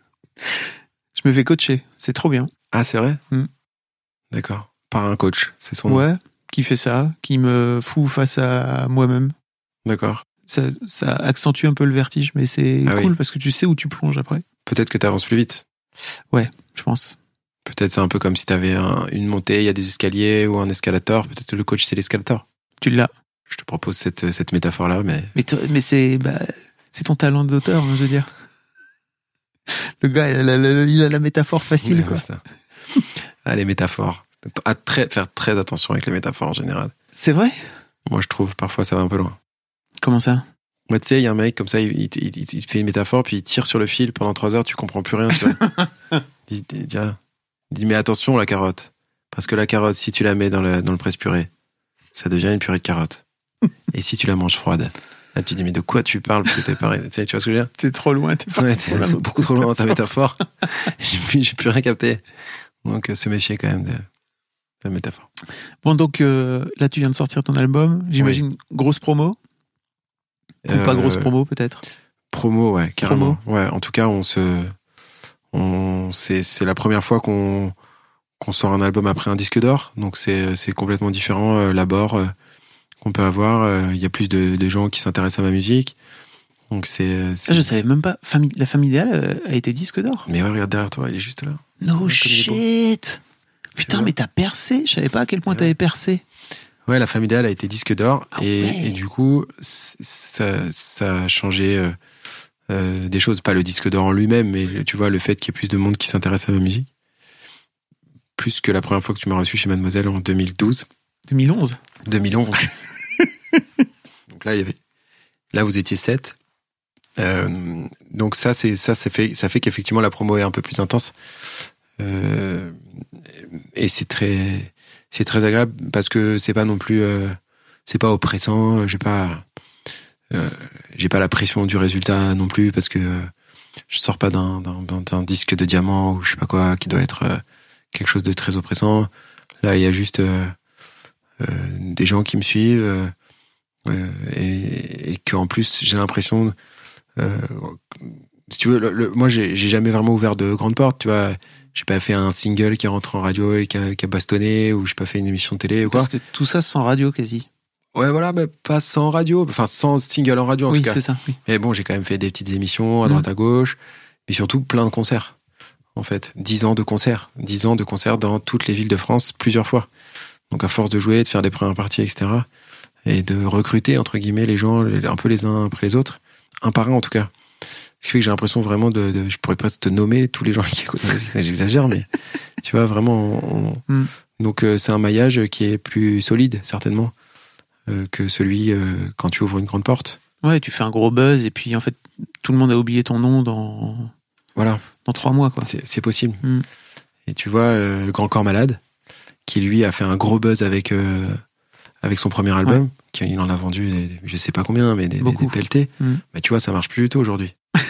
Je me fais coacher, c'est trop bien. Ah, c'est vrai? mm. D'accord. Par un coach, c'est son nom. Ouais, qui fait ça, qui me fout face à moi-même. D'accord. Ça, ça accentue un peu le vertige, mais c'est ah cool oui. parce que tu sais où tu plonges après. Peut-être que tu avances plus vite. Ouais, je pense. Peut-être c'est un peu comme si tu avais un, une montée, il y a des escaliers ou un escalator. Peut-être que le coach, c'est l'escalator. Tu l'as. Je te propose cette, cette métaphore-là, mais... Mais, mais c'est, bah, c'est ton talent d'auteur, hein, je veux dire. Le gars, il a la, il a la métaphore facile, oui, quoi. Ah, les métaphores. À très, faire très attention avec les métaphores en général. C'est vrai? Moi, je trouve parfois ça va un peu loin. Comment ça? Moi, tu sais, il y a un mec comme ça, il, il, il, il fait une métaphore, puis il tire sur le fil pendant trois heures, tu comprends plus rien. Tu vois. il, il, dit, il dit, mais attention, la carotte. Parce que la carotte, si tu la mets dans le, dans le presse-purée, ça devient une purée de carotte. Et si tu la manges froide, là, tu dis, mais de quoi tu parles? Parce que t'es pareil. Tu sais, tu vois ce que je veux dire? T'es trop loin, t'es, ouais, t'es trop beaucoup trop loin dans ta métaphore. j'ai, plus, j'ai plus rien capté. Donc, se méfier quand même de la métaphore. Bon, donc, euh, là, tu viens de sortir ton album. J'imagine oui. grosse promo? Ou euh, pas grosse promo, peut-être? Promo, ouais, carrément. Promo. Ouais, en tout cas, on se, on, c'est, c'est la première fois qu'on, qu'on sort un album après un disque d'or. Donc, c'est, c'est complètement différent, euh, l'abord, euh, qu'on peut avoir. Il euh, y a plus de, de gens qui s'intéressent à ma musique. Donc, c'est, c'est... Ah, je savais même pas. Famille, la famille idéale a été disque d'or. Mais ouais, regarde derrière toi, il est juste là. No shit! Putain, mais t'as percé? Je savais pas à quel point ouais. t'avais percé. Ouais, la famille idéale a été disque d'or. Ah et, ouais. et du coup, ça, ça a changé euh, euh, des choses. Pas le disque d'or en lui-même, mais tu vois, le fait qu'il y ait plus de monde qui s'intéresse à ma musique. Plus que la première fois que tu m'as reçu chez Mademoiselle en deux mille douze. deux mille onze deux mille onze. Donc là, il y avait... là, vous étiez sept. Euh, donc ça, c'est, ça, ça fait, ça fait qu'effectivement, la promo est un peu plus intense. Euh, et c'est très, c'est très agréable parce que c'est pas non plus, euh, c'est pas oppressant. J'ai pas, euh, j'ai pas la pression du résultat non plus parce que euh, je sors pas d'un, d'un, d'un disque de diamant ou je sais pas quoi qui doit être euh, quelque chose de très oppressant. Là, il y a juste euh, euh, des gens qui me suivent euh, euh, et, et qu'en plus j'ai l'impression, euh, si tu veux, le, le, moi j'ai, j'ai jamais vraiment ouvert de grandes portes, tu vois. J'ai pas fait un single qui rentre en radio et qui a, qui a bastonné, ou j'ai pas fait une émission de télé ou quoi. Parce que tout ça sans radio quasi. Ouais, voilà, bah, pas sans radio, enfin sans single en radio en oui, tout cas. Oui, c'est ça. Oui. Mais bon, j'ai quand même fait des petites émissions à droite mmh. à gauche, mais surtout plein de concerts. En fait, dix ans de concerts, dix ans de concerts dans toutes les villes de France, plusieurs fois. Donc à force de jouer, de faire des premières parties, et cetera, et de recruter entre guillemets les gens, un peu les uns après les autres, un par un en tout cas. Ce qui fait que j'ai l'impression vraiment de, de je pourrais presque te nommer tous les gens qui écoutent la musique. J'exagère, mais Tu vois, vraiment. On... Mm. Donc, euh, c'est un maillage qui est plus solide, certainement, euh, que celui euh, quand tu ouvres une grande porte. Ouais, tu fais un gros buzz et puis en fait, tout le monde a oublié ton nom dans, voilà. dans trois mois, quoi. C'est, c'est possible. Mm. Et tu vois, euh, Grand Corps Malade, qui lui a fait un gros buzz avec, euh, avec son premier album, ouais. qui, il en a vendu, des, je sais pas combien, mais des, des, des pelletés. Mm. Mais tu vois, ça marche plus du tout aujourd'hui.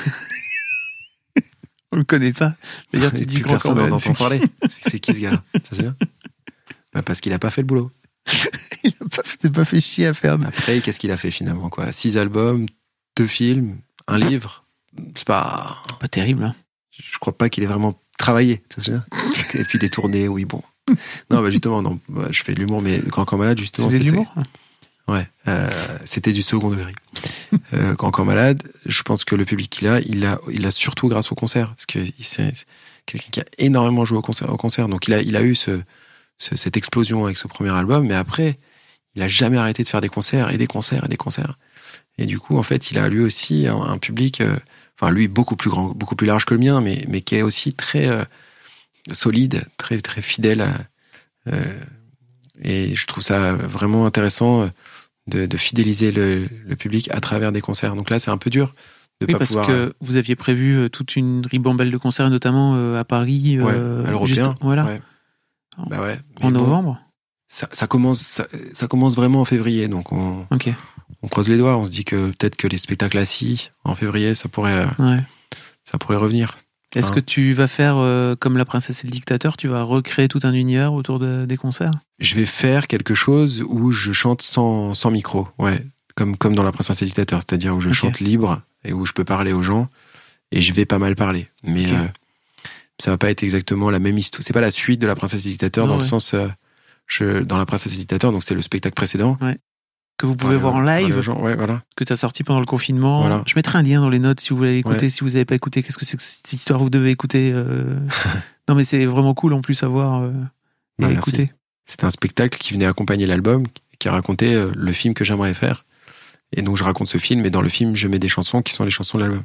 On le connaît pas. D'ailleurs, tu dis Grand Corps Malade. Personne n'entend parler. C'est, c'est qui ce gars-là? Ça, c'est bien. Bah, parce qu'il a pas fait le boulot. Il a pas, s'est pas fait chier à faire. Après, qu'est-ce qu'il a fait finalement, quoi? Six albums, deux films, un livre. C'est pas. Pas terrible, hein. Je crois pas qu'il ait vraiment travaillé. Ça, c'est bien. Et puis des tournées, oui, bon. Non, bah justement, non, bah, je fais de l'humour, mais Grand Corps Malade, justement, c'est. C'est de l'humour? C'est... Ouais. Euh, c'était du second degré. euh, Grand Corps Malade, je pense que le public qu'il a, il a, il a surtout grâce au concert. Parce que c'est quelqu'un qui a énormément joué au concert. Au concert. Donc il a, il a eu ce. cette explosion avec ce premier album, mais après, il a jamais arrêté de faire des concerts et des concerts et des concerts. Et du coup, en fait, il a lui aussi un, un public, euh, enfin lui beaucoup plus grand, beaucoup plus large que le mien, mais mais qui est aussi très euh, solide, très très fidèle. À, euh, et je trouve ça vraiment intéressant de, de fidéliser le, le public à travers des concerts. Donc là, c'est un peu dur de oui, pas parce pouvoir. que vous aviez prévu toute une ribambelle de concerts, notamment euh, à Paris, ouais, euh, à l'Européen. Juste, voilà. Ouais. Bah ouais. En bon, novembre. Ça, ça commence, ça, ça commence vraiment en février, donc on, okay. on croise les doigts. On se dit que peut-être que les spectacles assis en février, ça pourrait, ouais. ça pourrait revenir. Est-ce hein. que tu vas faire euh, comme La Princesse et le Dictateur, tu vas recréer tout un univers autour de, des concerts? Je vais faire quelque chose où je chante sans, sans micro, ouais, comme comme dans La Princesse et le Dictateur, c'est-à-dire où je okay. chante libre et où je peux parler aux gens et je vais pas mal parler, mais okay. euh, ça va pas être exactement la même histoire. C'est pas la suite de La Princesse et le Dictateur non, dans ouais. le sens, euh, je, dans La Princesse et le Dictateur, donc c'est le spectacle précédent. Ouais. Que vous pouvez voir en live. Gens, ouais, voilà. Que tu as sorti pendant le confinement. Voilà. Je mettrai un lien dans les notes si vous voulez écouter. Ouais. Si vous n'avez pas écouté, qu'est-ce que c'est que cette histoire? Vous devez écouter. Euh... non, mais c'est vraiment cool en plus à voir euh, et à écouter. C'est un spectacle qui venait accompagner l'album, qui racontait euh, le film que j'aimerais faire. Et donc je raconte ce film, et dans le film, je mets des chansons qui sont les chansons de l'album.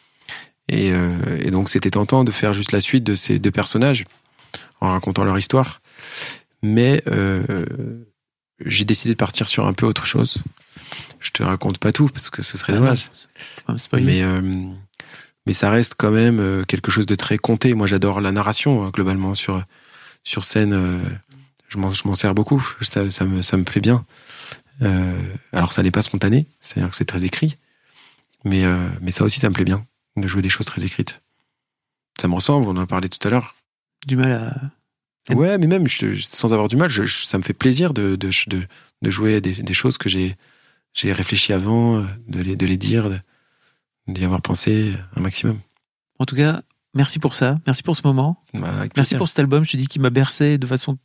Et, euh, et donc c'était tentant de faire juste la suite de ces deux personnages en racontant leur histoire, mais euh, j'ai décidé de partir sur un peu autre chose. Je te raconte pas tout parce que ce serait ah dommage, non, c'est pas mais euh, mais ça reste quand même quelque chose de très conté. Moi j'adore la narration globalement sur sur scène. Euh, je m'en je m'en sers beaucoup. Ça, ça me ça me plaît bien. Euh, alors ça n'est pas spontané, c'est-à-dire que c'est très écrit, mais euh, mais ça aussi ça me plaît bien. De jouer des choses très écrites. Ça me ressemble, on en a parlé tout à l'heure. Du mal à... Ouais, mais même je, sans avoir du mal, je, je, ça me fait plaisir de, de, de, de jouer des, des choses que j'ai, j'ai réfléchi avant, de les, de les dire, de, d'y avoir pensé un maximum. En tout cas, merci pour ça, merci pour ce moment. Bah, merci pour cet album, je te dis, qui m'a bercé de façon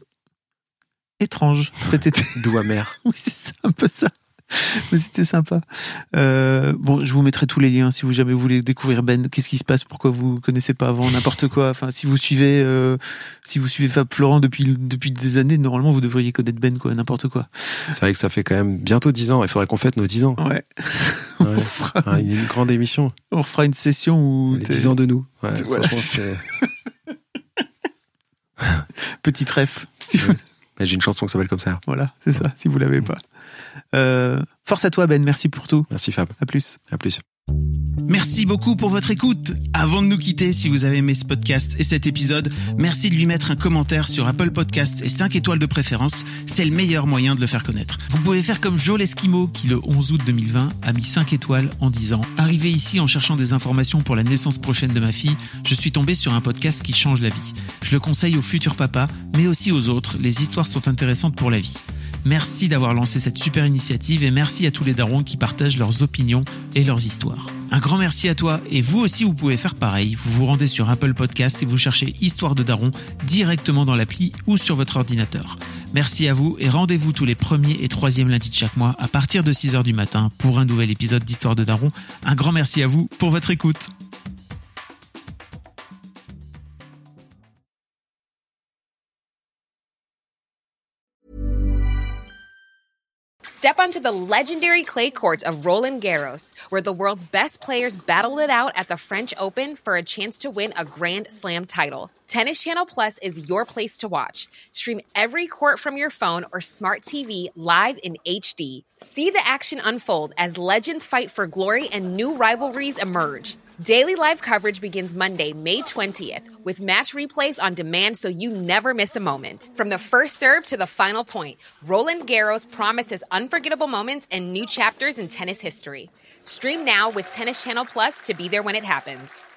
étrange cet été. Doux amer. Oui, c'est ça, un peu ça. Mais c'était sympa. Euh, bon, je vous mettrai tous les liens si vous jamais voulez découvrir Ben. Qu'est-ce qui se passe? Pourquoi vous connaissez pas avant n'importe quoi? Enfin, si vous suivez, euh, si vous suivez Fab Florent depuis depuis des années, normalement vous devriez connaître Ben, quoi, n'importe quoi. C'est vrai que ça fait quand même bientôt dix ans. Il faudrait qu'on fête nos dix ans. Ouais. ouais. On fera une, une grande émission. On fera une session où les dix ans de nous. Ouais, voilà, c'est... Petit ref. Si ouais. vous... J'ai une chanson qui s'appelle comme ça. Voilà, c'est ça. Si vous l'avez pas. Euh, force à toi Ben, merci pour tout. Merci Fab. À plus. À plus. Merci beaucoup pour votre écoute. Avant de nous quitter, si vous avez aimé ce podcast et cet épisode, merci de lui mettre un commentaire sur Apple Podcasts et cinq étoiles de préférence. C'est le meilleur moyen de le faire connaître. Vous pouvez faire comme Joe Lesquimo qui, le onze août deux mille vingt, a mis cinq étoiles en disant « Arrivé ici en cherchant des informations pour la naissance prochaine de ma fille, je suis tombé sur un podcast qui change la vie. Je le conseille aux futurs papas, mais aussi aux autres. Les histoires sont intéressantes pour la vie. » Merci d'avoir lancé cette super initiative et merci à tous les darons qui partagent leurs opinions et leurs histoires. Un grand merci à toi et vous aussi vous pouvez faire pareil. Vous vous rendez sur Apple Podcast et vous cherchez Histoire de Daron directement dans l'appli ou sur votre ordinateur. Merci à vous et rendez-vous tous les premiers et troisièmes lundis de chaque mois à partir de six heures du matin pour un nouvel épisode d'Histoire de Daron. Un grand merci à vous pour votre écoute. Step onto the legendary clay courts of Roland Garros, where the world's best players battle it out at the French Open for a chance to win a Grand Slam title. Tennis Channel Plus is your place to watch. Stream every court from your phone or smart T V live in H D. See the action unfold as legends fight for glory and new rivalries emerge. Daily live coverage begins Monday, May twentieth, with match replays on demand so you never miss a moment. From the first serve to the final point, Roland Garros promises unforgettable moments and new chapters in tennis history. Stream now with Tennis Channel Plus to be there when it happens.